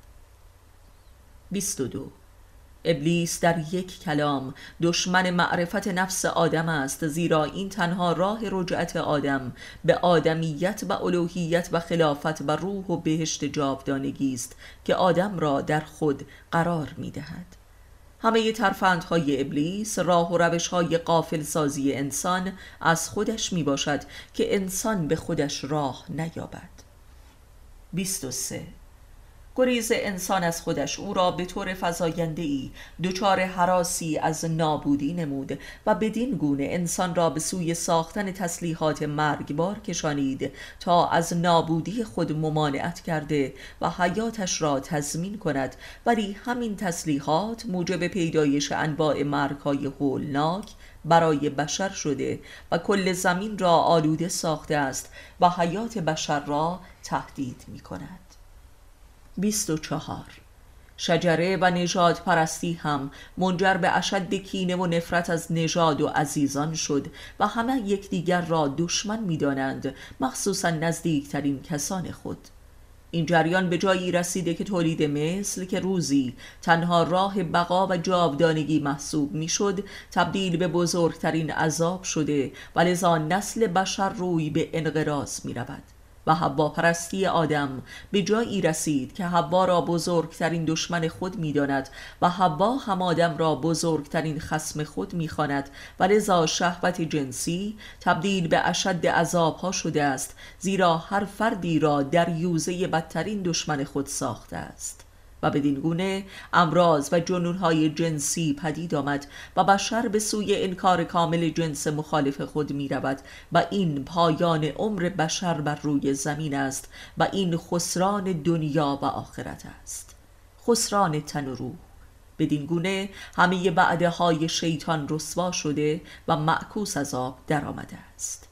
بیست و دو. ابلیس در یک کلام دشمن معرفت نفس آدم است، زیرا این تنها راه رجعت آدم به آدمیت و الوهیت و خلافت و روح و بهشت جاودانگی است که آدم را در خود قرار می دهد. همه ترفندهای ابلیس راه و روشهای غافل سازی انسان از خودش می باشد که انسان به خودش راه نیابد. بیست و سه. گریز انسان از خودش او را به طور فزاینده‌ای دچار هراسی از نابودی نمود و بدین گونه انسان را به سوی ساختن تسلیحات مرگبار کشانید تا از نابودی خود ممانعت کرده و حیاتش را تضمین کند، ولی همین تسلیحات موجب پیدایش انواع مرگ‌های هولناک برای بشر شده و کل زمین را آلوده ساخته است و حیات بشر را تهدید می کند. بیست و چهار. شجره و نژاد پرستی هم منجر به اشد کینه و نفرت از نژاد و عزیزان شد و همه یکدیگر را دشمن می دانند، مخصوصا نزدیکترین کسان خود. این جریان به جایی رسیده که تولید مثل که روزی تنها راه بقا و جاودانگی محسوب می شد تبدیل به بزرگترین عذاب شده و لذا نسل بشر روی به انقراض می رود و حوا پرستی آدم به جایی رسید که حوا را بزرگترین دشمن خود می داند و حوا هم آدم را بزرگترین خصم خود می خواند و لذا شهوت جنسی تبدیل به اشد عذابها شده است، زیرا هر فردی را در یوزه بدترین دشمن خود ساخته است و بدین گونه امراض و جنونهای جنسی پدید آمد و بشر به سوی انکار کامل جنس مخالف خود می رود و این پایان عمر بشر بر روی زمین است و این خسران دنیا و آخرت است، خسران تن و روح. بدین گونه همه وعده های شیطان رسوا شده و معکوس از آب در آمده است.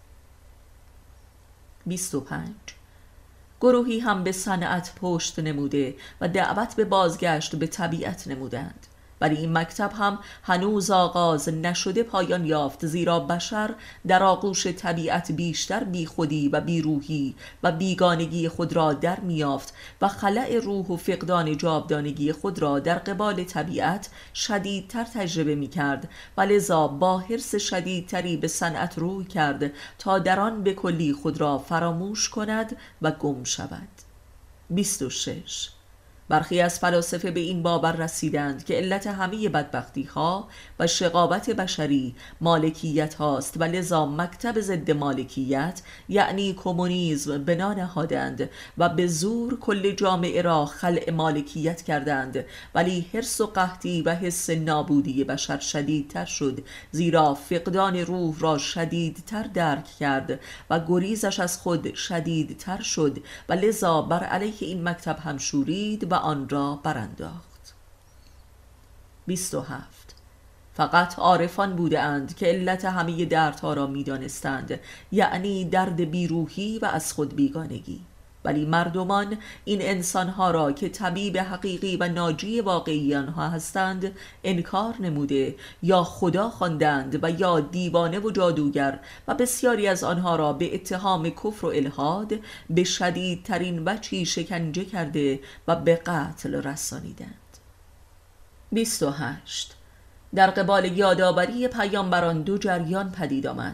بیست و پنج. گروهی هم به صنعت پشت نموده و دعوت به بازگشت به طبیعت نمودند، ولی این مکتب هم هنوز آغاز نشده پایان یافت، زیرا بشر در آغوش طبیعت بیشتر بیخودی و بیروحی و بیگانگی خود را در میافت و خلأ روح و فقدان جاودانگی خود را در قبال طبیعت شدیدتر تجربه می کرد و لذا با حرص شدیدتری به صنعت روی کرد تا در آن به کلی خود را فراموش کند و گم شود. بیست و شش. برخی از فلاسفه به این باور رسیدند که علت همه بدبختی ها و شقاوت بشری مالکیت هاست و لذا مکتب ضد مالکیت یعنی کمونیسم بنا نهادند و به زور کل جامعه را خلع مالکیت کردند، ولی حرص و قحطی و حس نابودی بشر شدیدتر شد، زیرا فقدان روح را شدیدتر درک کرد و گریزش از خود شدیدتر شد و لذا بر علیه این مکتب هم شورید و آن را برانداخت. بیست و هفت. فقط عارفان بوده اند که علت همه دردها را می دانستند، یعنی درد بیروحی و از خود بیگانگی، ولی مردمان این انسانها را که طبیب حقیقی و ناجی واقعی آنها هستند انکار نموده یا خدا خواندند و یا دیوانه و جادوگر و بسیاری از آنها را به اتهام کفر و الحاد به شدیدترین وجهی شکنجه کرده و به قتل رسانیدند. بیست و هشت. در قبال یادآوری پیامبران دو جریان پدید آمد.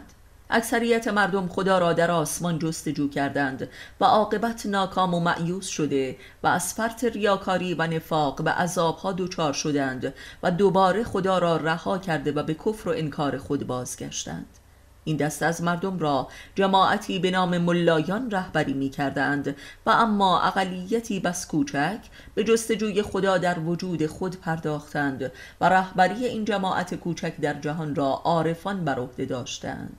اکثریت مردم خدا را در آسمان جستجو کردند و عاقبت ناکام و مأیوس شده و از فرط ریاکاری و نفاق به عذابها دچار شدند و دوباره خدا را رها کرده و به کفر و انکار خود بازگشتند. این دست از مردم را جماعتی به نام ملایان رهبری می کردند و اما اقلیتی بس کوچک به جستجوی خدا در وجود خود پرداختند و رهبری این جماعت کوچک در جهان را عارفان بر عهده داشتند.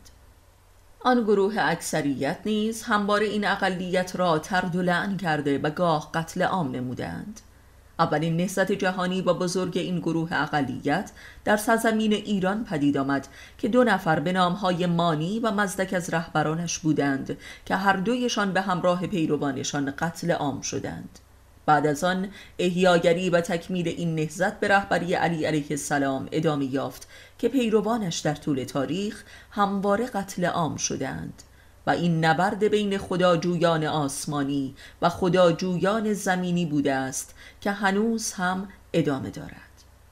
آن گروه اکثریت نیز همواره این اقلیت را طرد و لعن کرده و گاه قتل عام نمودند. اولین نهضت جهانی و بزرگ این گروه اقلیت در سرزمین ایران پدید آمد که دو نفر به نامهای مانی و مزدک از رهبرانش بودند که هر دویشان به همراه پیروانشان قتل عام شدند. بعد از آن احیاگری و تکمیل این نهضت به رهبری علی علیه السلام ادامه یافت که پیروانش در طول تاریخ همواره قتل عام شدند و این نبرد بین خداجویان آسمانی و خداجویان زمینی بوده است که هنوز هم ادامه دارد.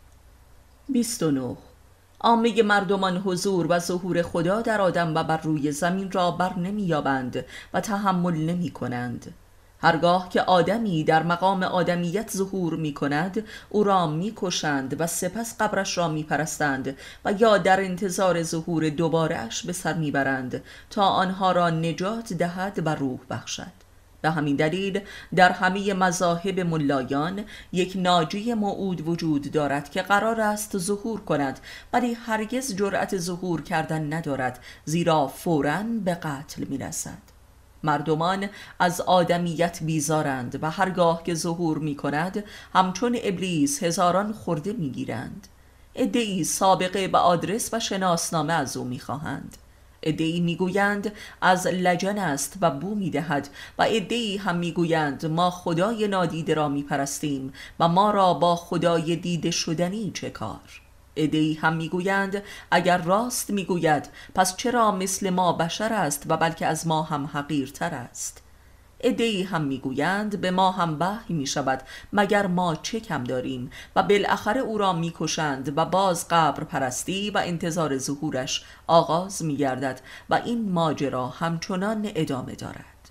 بیست و نه. عامه مردمان حضور و ظهور خدا در آدم و بر روی زمین را بر نمی یابند و تحمل نمی کنند. هرگاه که آدمی در مقام آدمیت ظهور می کند او را می کشند و سپس قبرش را می پرستند و یا در انتظار ظهور دوباره اش به سر می برند تا آنها را نجات دهد و روح بخشد. به همین دلیل در همه مذاهب ملایان یک ناجی موعود وجود دارد که قرار است ظهور کند ولی هرگز جرأت ظهور کردن ندارد، زیرا فوراً به قتل می رسد. مردمان از آدمیت بیزارند و هرگاه که ظهور می کند همچون ابلیس هزاران خرده می گیرند. عده‌ای سابقه به آدرس و شناسنامه از او می خواهند. عده‌ای می گویند از لجن است و بو می دهد و عده‌ای هم می گویند ما خدای نادیده را می پرستیم و ما را با خدای دیده شدنی چه کار. عده‌ای هم میگویند اگر راست میگوید پس چرا مثل ما بشر است و بلکه از ما هم حقیرتر است. عده‌ای هم میگویند به ما هم وحی میشود مگر ما چه کم داریم و بالاخره او را میکشند و باز قبر پرستی و انتظار ظهورش آغاز میگردد و این ماجرا همچنان ادامه دارد.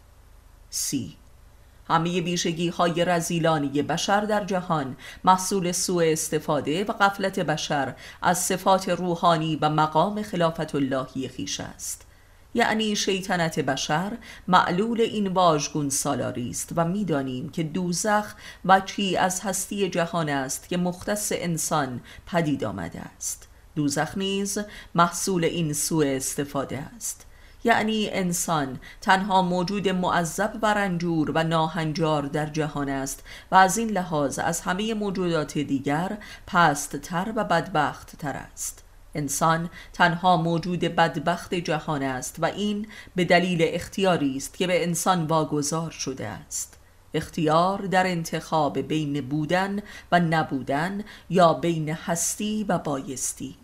سی. همه بیشگی های رذیلانه بشر در جهان محصول سوء استفاده و غفلت بشر از صفات روحانی و مقام خلافت اللهی خویش است. یعنی شیطنت بشر معلول این واژگون سالاری است و می‌دانیم که دوزخ وجهی از هستی جهان است که مختص انسان پدید آمده است. دوزخ نیز محصول این سوء استفاده است. یعنی انسان تنها موجود معذب و رنجور و ناهنجار در جهان است و از این لحاظ از همه موجودات دیگر پست تر و بدبخت تر است. انسان تنها موجود بدبخت جهان است و این به دلیل اختیاری است که به انسان واگذار شده است. اختیار در انتخاب بین بودن و نبودن یا بین هستی و بایستی.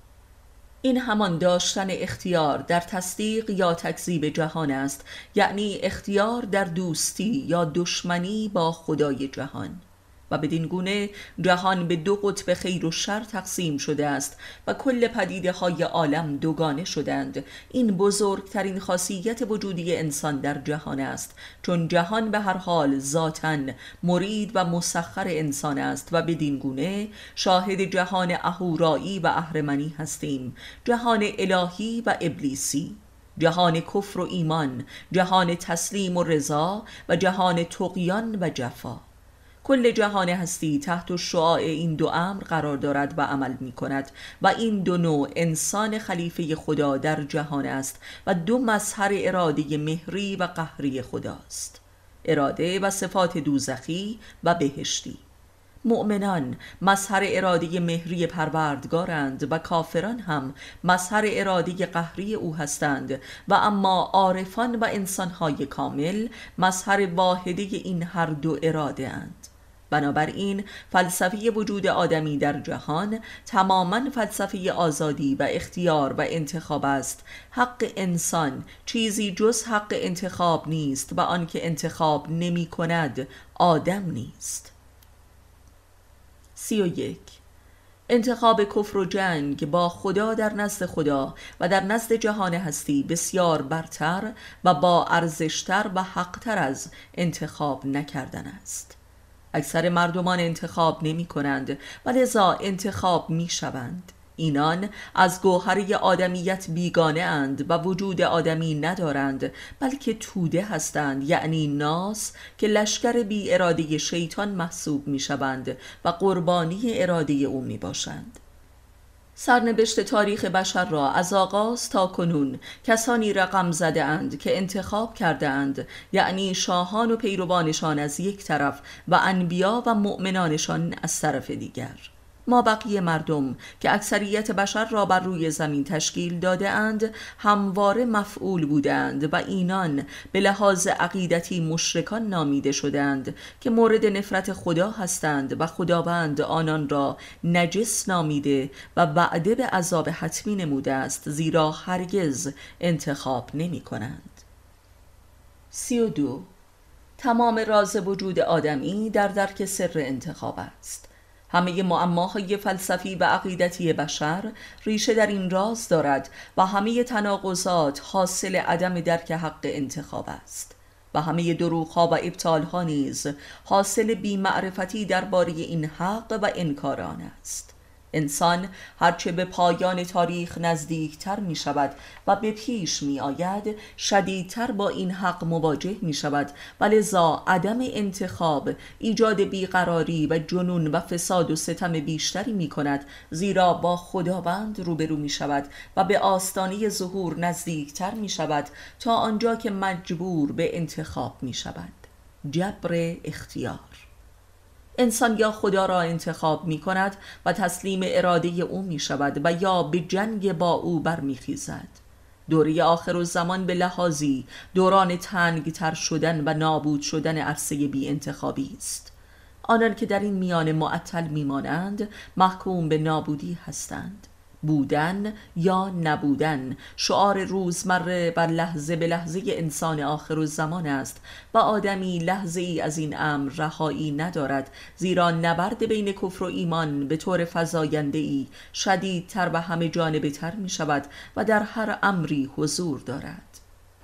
این همان داشتن اختیار در تصدیق یا تکذیب جهان است، یعنی اختیار در دوستی یا دشمنی با خدای جهان. و بدین گونه جهان به دو قطب خیر و شر تقسیم شده است و کل پدیده های عالم دوگانه شدند. این بزرگترین خاصیت وجودی انسان در جهان است، چون جهان به هر حال ذاتاً مرید و مسخر انسان است و بدین گونه شاهد جهان اهورایی و اهرمنی هستیم، جهان الهی و ابلیسی، جهان کفر و ایمان، جهان تسلیم و رضا و جهان طغیان و جفا. کل جهان هستی تحت شعاع این دو امر قرار دارد و عمل می کند و این دو نوع انسان خلیفه خدا در جهان است و دو مظهر اراده مهری و قهری خداست، اراده و صفات دوزخی و بهشتی. مؤمنان مظهر اراده مهری پروردگارند و کافران هم مظهر اراده قهری او هستند و اما عارفان و انسانهای کامل مظهر واحده این هر دو اراده اند. بنابراین فلسفه وجود آدمی در جهان تماما فلسفه آزادی و اختیار و انتخاب است. حق انسان چیزی جز حق انتخاب نیست و آنکه انتخاب نمی کند آدم نیست. سی و یک. انتخاب کفر و جنگ با خدا در نزد خدا و در نزد جهان هستی بسیار برتر و با ارزشتر و حقتر از انتخاب نکردن است. اکثر مردمان انتخاب نمی کنند و لذا انتخاب می شوند. اینان از گوهره آدمیت بیگانه اند و وجود آدمی ندارند، بلکه توده هستند، یعنی ناس که لشکر بی اراده شیطان محسوب می شوند و قربانی اراده او می باشند. سرنوشت تاریخ بشر را از آغاز تا کنون کسانی رقم زده اند که انتخاب کرده اند، یعنی شاهان و پیروانشان از یک طرف و انبیا و مؤمنانشان از طرف دیگر. ما بقیه مردم که اکثریت بشر را بر روی زمین تشکیل داده اند همواره مفعول بودند و اینان به لحاظ عقیدتی مشرکان نامیده شدند که مورد نفرت خدا هستند و خداوند آنان را نجس نامیده و وعده به عذاب حتمی نموده است، زیرا هرگز انتخاب نمی کنند. سی و دو. تمام راز وجود آدمی در درک سر انتخاب است. همه معماهای فلسفی و عقیدتی بشر ریشه در این راز دارد و همه تناقضات حاصل عدم درک حق انتخاب است و همه دروغ‌ها و ابطال‌ها نیز حاصل بی‌معرفتی درباره این حق و انکار آن است. انسان هرچه به پایان تاریخ نزدیکتر می شود و به پیش می آید شدیدتر با این حق مواجه می شود و لذا عدم انتخاب ایجاد بیقراری و جنون و فساد و ستم بیشتری می کند، زیرا با خداوند روبرو می شود و به آستانه ظهور نزدیکتر می شود تا آنجا که مجبور به انتخاب می شود. جبر اختیار. انسان یا خدا را انتخاب می کند و تسلیم اراده او می شود و یا به جنگ با او برمی خیزد. دوره آخرالزمان به لحاظی دوران تنگ تر شدن و نابود شدن عرصه بی انتخابی است. آنان که در این میان معطل می مانند محکوم به نابودی هستند. بودن یا نبودن شعار روزمره بر لحظه به لحظه انسان آخرالزمان است و آدمی لحظه ای از این امر رهایی ندارد، زیرا نبرد بین کفر و ایمان به طور فزاینده ای شدیدتر و همه جانبه تر می شود و در هر امری حضور دارد.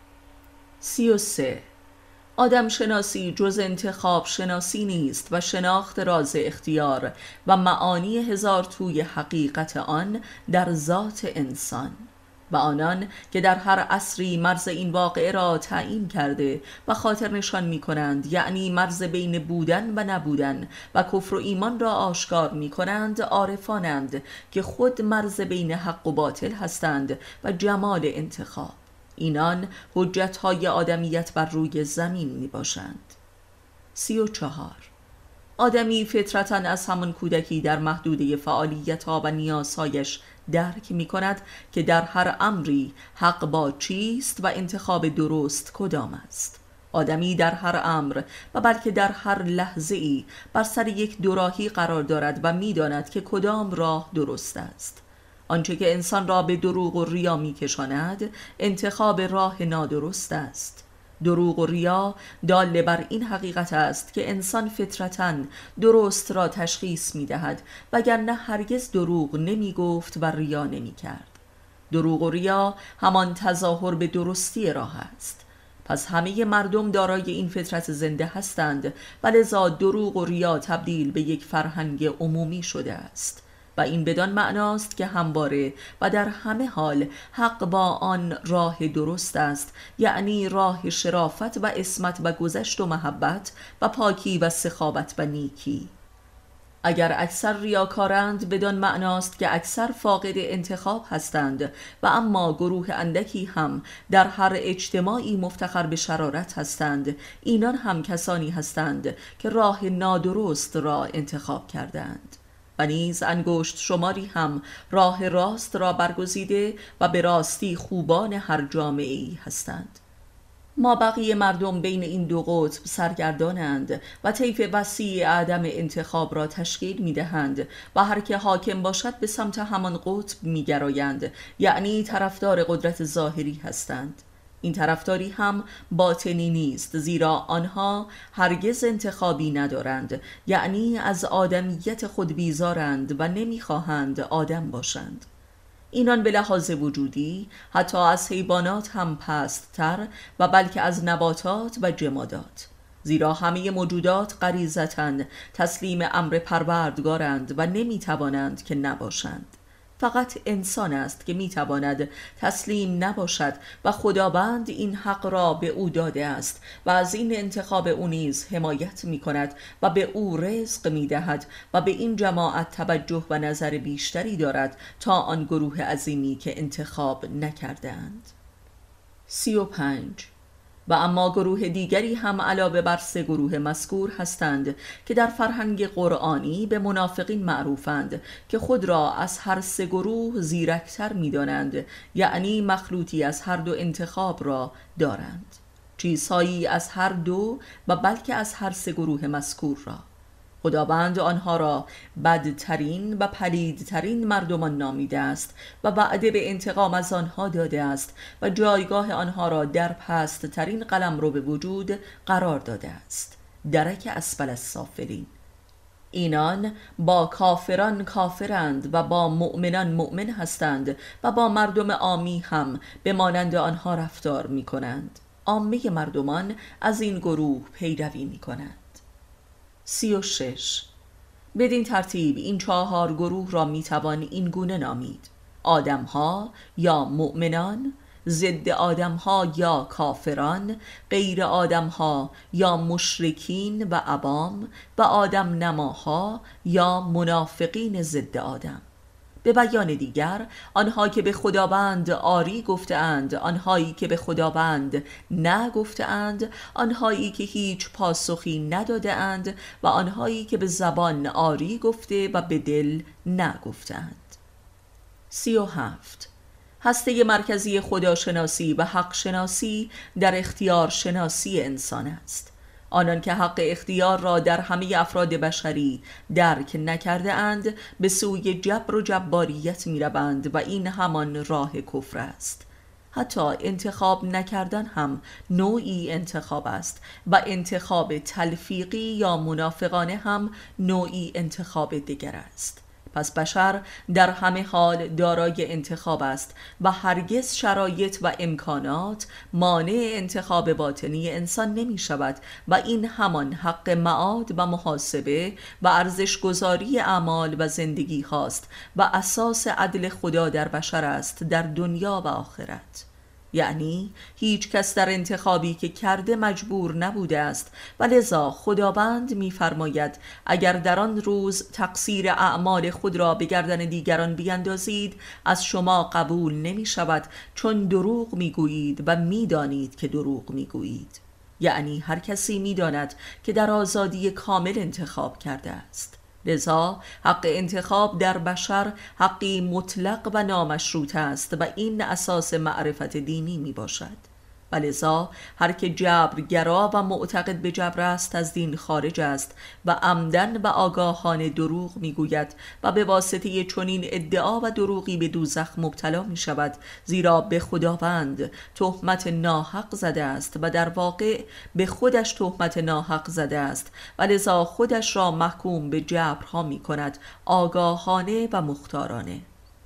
سی و سه. آدم شناسی جز انتخاب شناسی نیست و شناخت راز اختیار و معانی هزار توی حقیقت آن در ذات انسان و آنان که در هر عصری مرز این واقعه را تعیین کرده و خاطر نشان می کنند، یعنی مرز بین بودن و نبودن و کفر و ایمان را آشکار می کنند، عارفانند که خود مرز بین حق و باطل هستند و جمال انتخاب. اینان حجت‌های آدمیت بر روی زمین می باشند. سی و چهار. آدمی فطرتاً از همان کودکی در محدوده فعالیت‌ها و نیازهایش درک می کند که در هر امری حق با چیست و انتخاب درست کدام است. آدمی در هر امر و بلکه در هر لحظه ای بر سر یک دوراهی قرار دارد و می داند که کدام راه درست است. آنچه که انسان را به دروغ و ریا می کشاند انتخاب راه نادرست است. دروغ و ریا دال بر این حقیقت است که انسان فطرتاً درست را تشخیص می دهد، وگرنه هرگز دروغ نمی گفت و ریا نمی کرد. دروغ و ریا همان تظاهر به درستی راه است. پس همه مردم دارای این فطرت زنده هستند و لذا دروغ و ریا تبدیل به یک فرهنگ عمومی شده است و این بدان معناست که همواره و در همه حال حق با آن راه درست است، یعنی راه شرافت و عصمت و گذشت و محبت و پاکی و سخاوت و نیکی. اگر اکثر ریاکارند بدان معناست که اکثر فاقد انتخاب هستند و اما گروه اندکی هم در هر اجتماعی مفتخر به شرارت هستند، اینان هم کسانی هستند که راه نادرست را انتخاب کردند. و نیز انگشت شماری هم راه راست را برگزیده و به راستی خوبان هر جامعه‌ای هستند. ما بقیه مردم بین این دو قطب سرگردانند و طیف وسیع عدم انتخاب را تشکیل می دهند و هر که حاکم باشد به سمت همان قطب می گرایند، یعنی طرفدار قدرت ظاهری هستند. این طرفداری هم باطنی نیست، زیرا آنها هرگز انتخابی ندارند، یعنی از آدمیت خود بیزارند و نمیخواهند آدم باشند. اینان به لحاظ وجودی حتی از حیوانات هم پست‌تر و بلکه از نباتات و جمادات، زیرا همه موجودات غریزتاً تسلیم امر پروردگارند و نمیتوانند که نباشند. فقط انسان است که میتواند تسلیم نباشد و خداوند این حق را به او داده است و از این انتخاب او نیز حمایت میکند و به او رزق میدهد و به این جماعت توجه و نظر بیشتری دارد تا آن گروه عظیمی که انتخاب نکردند. سی و پنج. و اما گروه دیگری هم علاوه بر سه گروه مذکور هستند که در فرهنگ قرآنی به منافقین معروفند، که خود را از هر سه گروه زیرکتر می‌دانند، یعنی مخلوطی از هر دو انتخاب را دارند، چیزهایی از هر دو و بلکه از هر سه گروه مذکور را. خداوند آنها را بدترین و پلیدترین مردمان نامیده است و وعده به انتقام از آنها داده است و جایگاه آنها را در پست ترین قلمرو به وجود قرار داده است، درک اسفل السافلین. اینان با کافران کافرند و با مؤمنان مؤمن هستند و با مردم عامی هم به مانند آنها رفتار می کنند. عامه مردمان از این گروه پیروی می کنند. سی و شش. بدین ترتیب این چهار گروه را میتوان این گونه نامید: آدمها یا مؤمنان، ضد آدمها یا کافران، غیر آدمها یا مشرکین و عوام، و آدم نماها یا منافقین ضد آدم. به بیان دیگر، آنها که به خداوند آری گفتند، آنهایی که به خداوند نه گفتند، آنهایی که هیچ پاسخی نداده اند و آنهایی که به زبان آری گفته و به دل نه گفتند. سی و هفت. هسته مرکزی خداشناسی و حق شناسی در اختیار شناسی انسان است. آنان که حق اختیار را در همه افراد بشری درک نکرده اند به سوی جبر و جباریت می روند و این همان راه کفر است. حتی انتخاب نکردن هم نوعی انتخاب است و انتخاب تلفیقی یا منافقانه هم نوعی انتخاب دیگر است. پس بشر در همه حال دارای انتخاب است و هرگز شرایط و امکانات مانع انتخاب باطنی انسان نمی شود و این همان حق معاد و محاسبه و ارزشگذاری اعمال و زندگی هاست و اساس عدل خدا در بشر است در دنیا و آخرت. یعنی هیچ کس در انتخابی که کرده مجبور نبوده است و لذا خداوند می‌فرماید اگر در آن روز تقصیر اعمال خود را به گردن دیگران بیندازید از شما قبول نمی شود، چون دروغ میگویید و میدانید که دروغ میگویید. یعنی هر کسی میداند که در آزادی کامل انتخاب کرده است. لذا حق انتخاب در بشر حقی مطلق و نامشروط است و این اساس معرفت دینی می باشد. و لذا هر که جبرگرا و معتقد به جبر است از دین خارج است و عمدن و آگاهانه دروغ می گوید و به واسطه چنین ادعا و دروغی به دوزخ مبتلا می شود، زیرا به خداوند تهمت ناحق زده است و در واقع به خودش تهمت ناحق زده است و لذا خودش را محکوم به جبرها می کند، آگاهانه و مختارانه.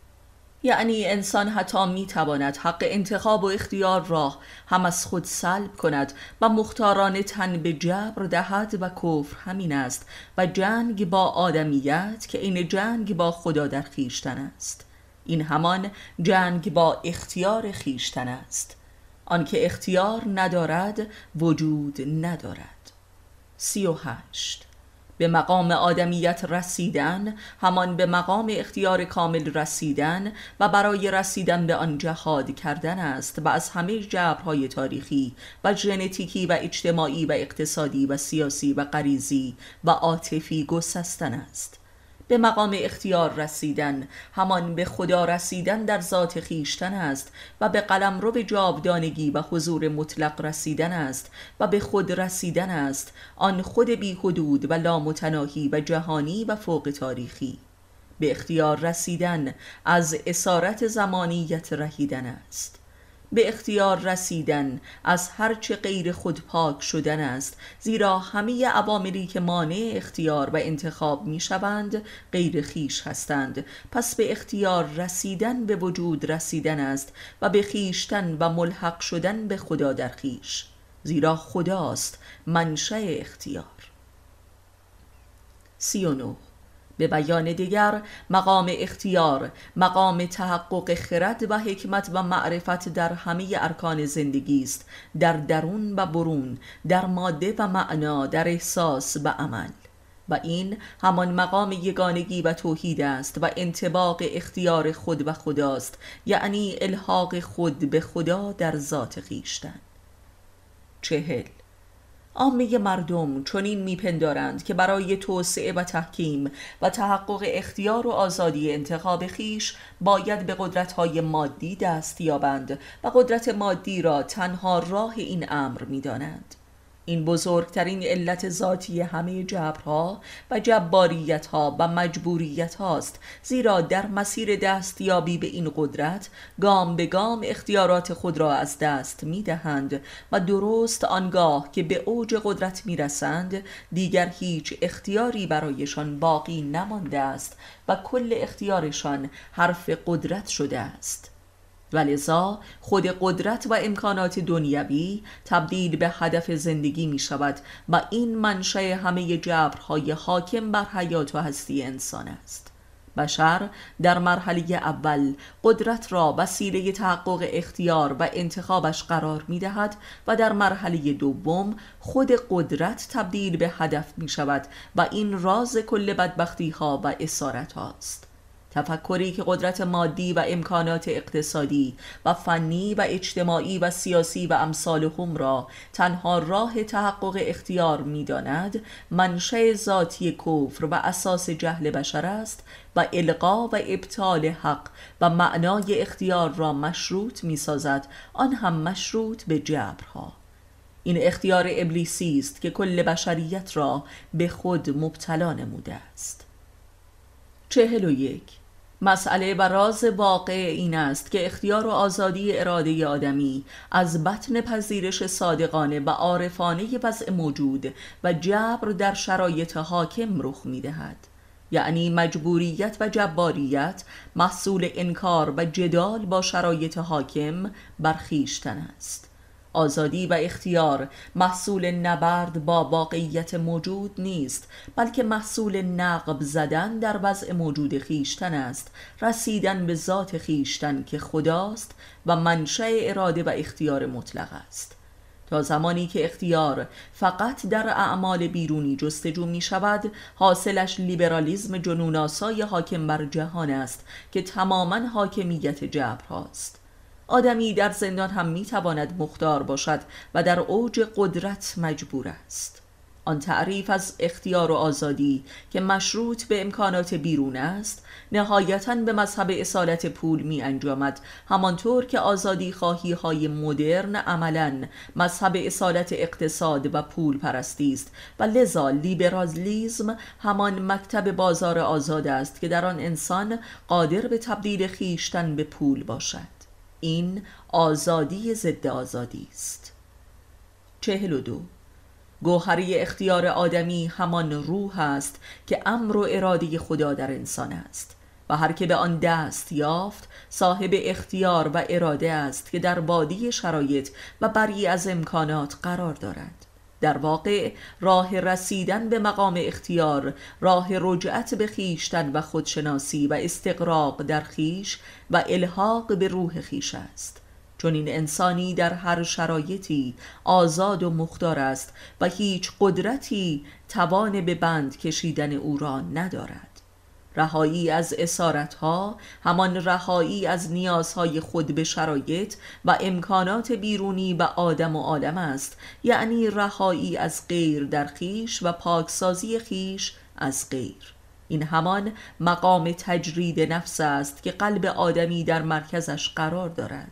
یعنی انسان حتی می تواند حق انتخاب و اختیار را هم از خود سلب کند و مختارانه تن به جبر دهد و کفر همین است و جنگ با آدمیت که این جنگ با خدا در خیشتن است. این همان جنگ با اختیار خیشتن است. آنکه اختیار ندارد وجود ندارد. سی و هشت. به مقام آدمیت رسیدن همان به مقام اختیار کامل رسیدن و برای رسیدن به آن جهاد کردن است و از همه جبرهای تاریخی و ژنتیکی و اجتماعی و اقتصادی و سیاسی و غریزی و عاطفی گسستن است. به مقام اختیار رسیدن همان به خدا رسیدن در ذات خیشتن است و به قلمرو جاودانگی و حضور مطلق رسیدن است و به خود رسیدن است، آن خود بی حدود و لامتناهی و جهانی و فوق تاریخی. به اختیار رسیدن از اسارت زمانیت رهیدن است. به اختیار رسیدن از هرچه غیر خود پاک شدن است، زیرا همه عواملی که مانع اختیار و انتخاب می شوند غیر خویش هستند. پس به اختیار رسیدن به وجود رسیدن است و به خویشتن و ملحق شدن به خدا در خویش، زیرا خداست منشأ اختیار. سی و نه. به بیان دیگر، مقام اختیار مقام تحقق خرد و حکمت و معرفت در همه ارکان زندگی است، در درون و برون، در ماده و معنا، در احساس و عمل. و این همان مقام یگانگی و توحید است و انطباق اختیار خود و خداست، یعنی الحاق خود به خدا در ذات خویشتن. چهل. عامه مردم چنین میپندارند که برای توسعه و تحکیم و تحقق اختیار و آزادی انتخاب خویش باید به قدرت‌های مادی دست یابند و قدرت مادی را تنها راه این امر می‌دانند. این بزرگترین علت ذاتی همه جبرها و جباریتها و مجبوریتها است، زیرا در مسیر دستیابی به این قدرت گام به گام اختیارات خود را از دست می دهند و درست آنگاه که به اوج قدرت می رسند دیگر هیچ اختیاری برایشان باقی نمانده است و کل اختیارشان حرف قدرت شده است. ولذا خود قدرت و امکانات دنیوی تبدیل به هدف زندگی می شود و این منشأ همه جبرهای حاکم بر حیات و هستی انسان است. بشر در مرحله اول قدرت را وسیله تحقق اختیار و انتخابش قرار می دهد و در مرحله دوم خود قدرت تبدیل به هدف می شود و این راز کل بدبختی ها و اسارت هاست. تفکری که قدرت مادی و امکانات اقتصادی و فنی و اجتماعی و سیاسی و امثال هم را تنها راه تحقق اختیار می داند، منشأ ذاتی کفر و اساس جهل بشر است و الغا و ابطال حق و معنای اختیار را مشروط می سازد، آن هم مشروط به جبرها. این اختیار ابلیسی است که کل بشریت را به خود مبتلا نموده است. چهل و یک. مسئله و راز واقع این است که اختیار و آزادی اراده آدمی از بطن پذیرش صادقانه و عارفانه وضع موجود و جبر در شرایط حاکم رخ می دهد. یعنی مجبوریت و جباریت محصول انکار و جدال با شرایط حاکم بر خویشتن است. آزادی و اختیار محصول نبرد با واقعیت موجود نیست، بلکه محصول نقب زدن در وضع موجود خویشتن است، رسیدن به ذات خویشتن که خداست و منشأ اراده و اختیار مطلق است. تا زمانی که اختیار فقط در اعمال بیرونی جستجو می شود، حاصلش لیبرالیسم جنون‌آسای حاکم بر جهان است که تماماً حاکمیت جبر هاست. آدمی در زندان هم می تواند مختار باشد و در اوج قدرت مجبور است. آن تعریف از اختیار و آزادی که مشروط به امکانات بیرون است نهایتاً به مذهب اصالت پول می انجامد، همانطور که آزادی خواهی های مدرن عملاً مذهب اصالت اقتصاد و پول پرستی است و لذا لیبرالیسم همان مکتب بازار آزاد است که در آن انسان قادر به تبدیل خویشتن به پول باشد. این آزادی ضد آزادی است. چهل و دو. گوهری اختیار آدمی همان روح است که امر و اراده خدا در انسان است و هر که به آن دست یافت صاحب اختیار و اراده است که در وادی شرایط و بری از امکانات قرار دارد. در واقع راه رسیدن به مقام اختیار راه رجعت به خویشتن و خودشناسی و استقراق در خویش و الحاق به روح خویش است، چون این انسانی در هر شرایطی آزاد و مختار است و هیچ قدرتی توان به بند کشیدن او را ندارد. رهایی از اسارتها همان رهایی از نیازهای خود به شرایط و امکانات بیرونی و آدم و عالم است، یعنی رهایی از غیر در خویش و پاکسازی خویش از غیر. این همان مقام تجرید نفس است که قلب آدمی در مرکزش قرار دارد.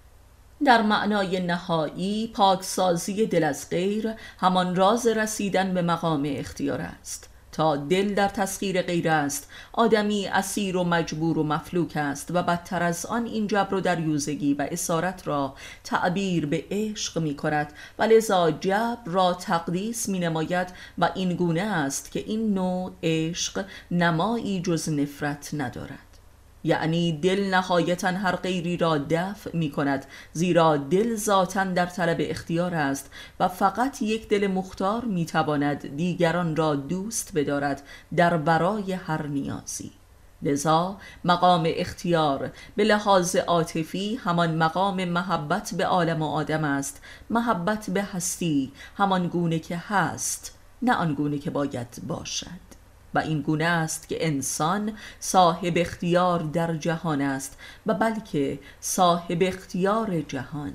در معنای نهایی پاکسازی دل از غیر همان راز رسیدن به مقام اختیار است. تا دل در تسخیر غیر است، آدمی اسیر و مجبور و مفلوک است و بدتر از آن این جبر و دریوزگی و اسارت را تعبیر به عشق می کند و لذا جبر را تقدیس می نماید و این گونه است که این نوع عشق نمایی جز نفرت ندارد. یعنی دل نهایتا هر غیری را دفع می کند، زیرا دل ذاتاً در طلب اختیار است و فقط یک دل مختار می تواند دیگران را دوست بدارد در برای هر نیازی. لذا مقام اختیار به لحاظ عاطفی همان مقام محبت به عالم و آدم است، محبت به هستی همان گونه که هست، نه آن گونه که باید باشد. و این گونه است که انسان صاحب اختیار در جهان است و بلکه صاحب اختیار جهان.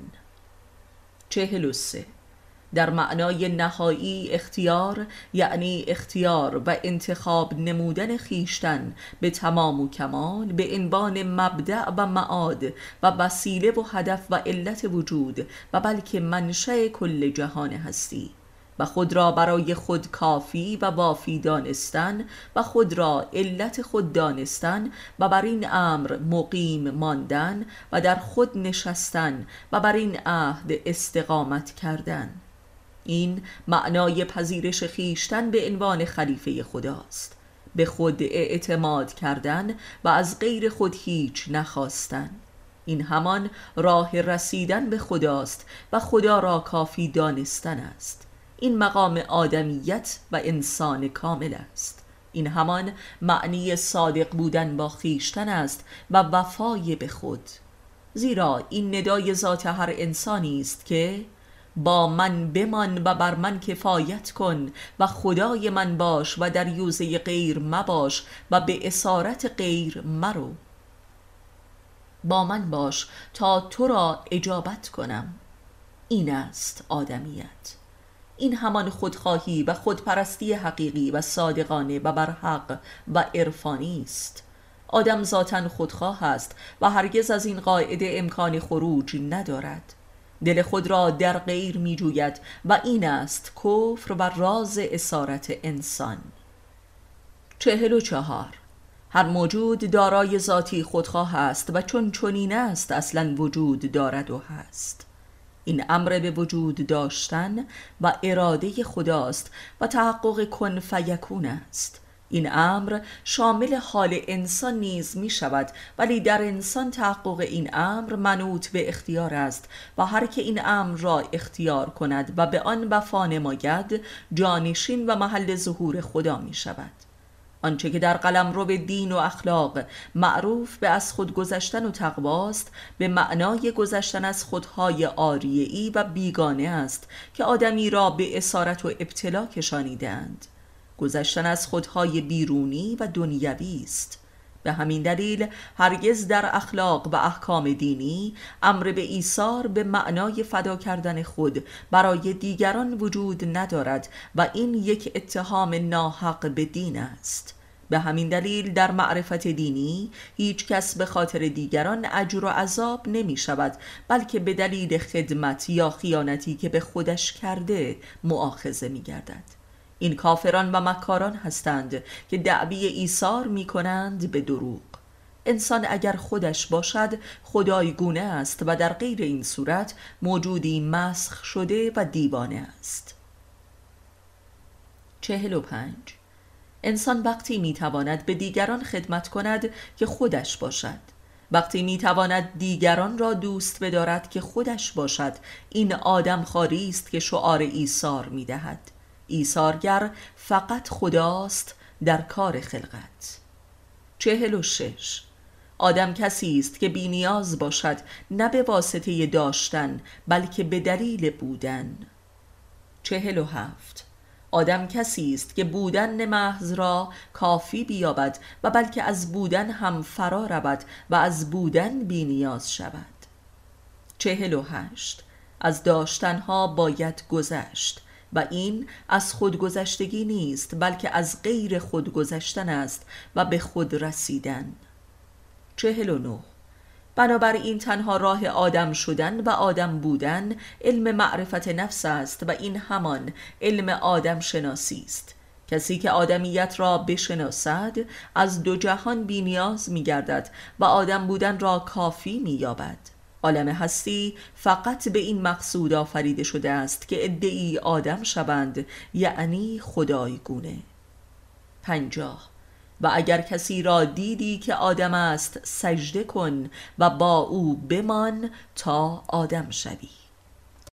چهل و سه. در معنای نهایی اختیار یعنی اختیار و انتخاب نمودن خیشتن به تمام و کمال به عنوان مبدأ و معاد و وسیله و هدف و علت وجود و بلکه منشأ کل جهان هستی، و خود را برای خود کافی و وافی دانستن و خود را علت خود دانستن و بر این امر مقیم ماندن و در خود نشستن و بر این عهد استقامت کردن. این معنای پذیرش خیشتن به عنوان خلیفه خداست، به خود اعتماد کردن و از غیر خود هیچ نخواستن. این همان راه رسیدن به خداست و خدا را کافی دانستن است. این مقام آدمیت و انسان کامل است. این همان معنی صادق بودن با خیشتن است و وفای به خود، زیرا این ندای ذات هر انسانی است که با من بمان و بر من کفایت کن و خدای من باش و در یوزه غیر مباش و به اسارت غیر مرو. با من باش تا تو را اجابت کنم. این است آدمیت. این همان خودخواهی و خودپرستی حقیقی و صادقانه و برحق و عرفانی است. آدم ذاتاً خودخواه است و هرگز از این قاعده امکان خروج ندارد. دل خود را در غیر می جوید و این است کفر و راز اسارت انسان. چهل و چهار. هر موجود دارای ذاتی خودخواه است و چون چنین است اصلاً وجود دارد و هست. این امر به وجود داشتن و اراده خداست و تحقق کن فیکون است. این امر شامل حال انسان نیز می شود، ولی در انسان تحقق این امر منوط به اختیار است و هر که این امر را اختیار کند و به آن وفا نماید جانشین و محل ظهور خدا می شود. آنچه که در قلمرو دین و اخلاق معروف به از خود گذشتن و تقواست، به معنای گذشتن از خودهای عاریه‌ای و بیگانه است که آدمی را به اسارت و ابتلا کشانیدند. گذشتن از خودهای بیرونی و دنیوی است. به همین دلیل هرگز در اخلاق و احکام دینی امر به ایثار به معنای فدا کردن خود برای دیگران وجود ندارد و این یک اتهام ناحق به دین است. به همین دلیل در معرفت دینی هیچ کس به خاطر دیگران اجر و عذاب نمی شود، بلکه به دلیل خدمت یا خیانتی که به خودش کرده مؤاخذه می گردد. این کافران و مکاران هستند که دعوی ایثار می کنند به دروغ. انسان اگر خودش باشد خدایگونه است و در غیر این صورت موجودی مسخ شده و دیوانه است. چهل و پنج. انسان وقتی می تواند به دیگران خدمت کند که خودش باشد، وقتی می تواند دیگران را دوست بدارد که خودش باشد، این آدم خاری است که شعار ایثار می دهد. ایثارگر فقط خداست در کار خلقت. چهل و شش. آدم کسی است که بی نیاز باشد، نه به واسطه داشتن بلکه به دلیل بودن. چهل و هفت. آدم کسی است که بودن محض را کافی بیابد و بلکه از بودن هم فرا رود و از بودن بی نیاز شود. چهل و هشت. از داشتنها باید گذشت و این از خودگذشتگی نیست بلکه از غیر خودگذشتن است و به خود رسیدن. چهل و نه. بنابراین تنها راه آدم شدن و آدم بودن علم معرفت نفس است و این همان علم آدم شناسی است. کسی که آدمیت را بشناسد از دو جهان بی نیاز می گردد و آدم بودن را کافی می یابد. عالم هستی فقط به این مقصود آفریده شده است که عده‌ای آدم شوند، یعنی خدایگونه. پنجاه. و اگر کسی را دیدی که آدم است سجده کن و با او بمان تا آدم شوی.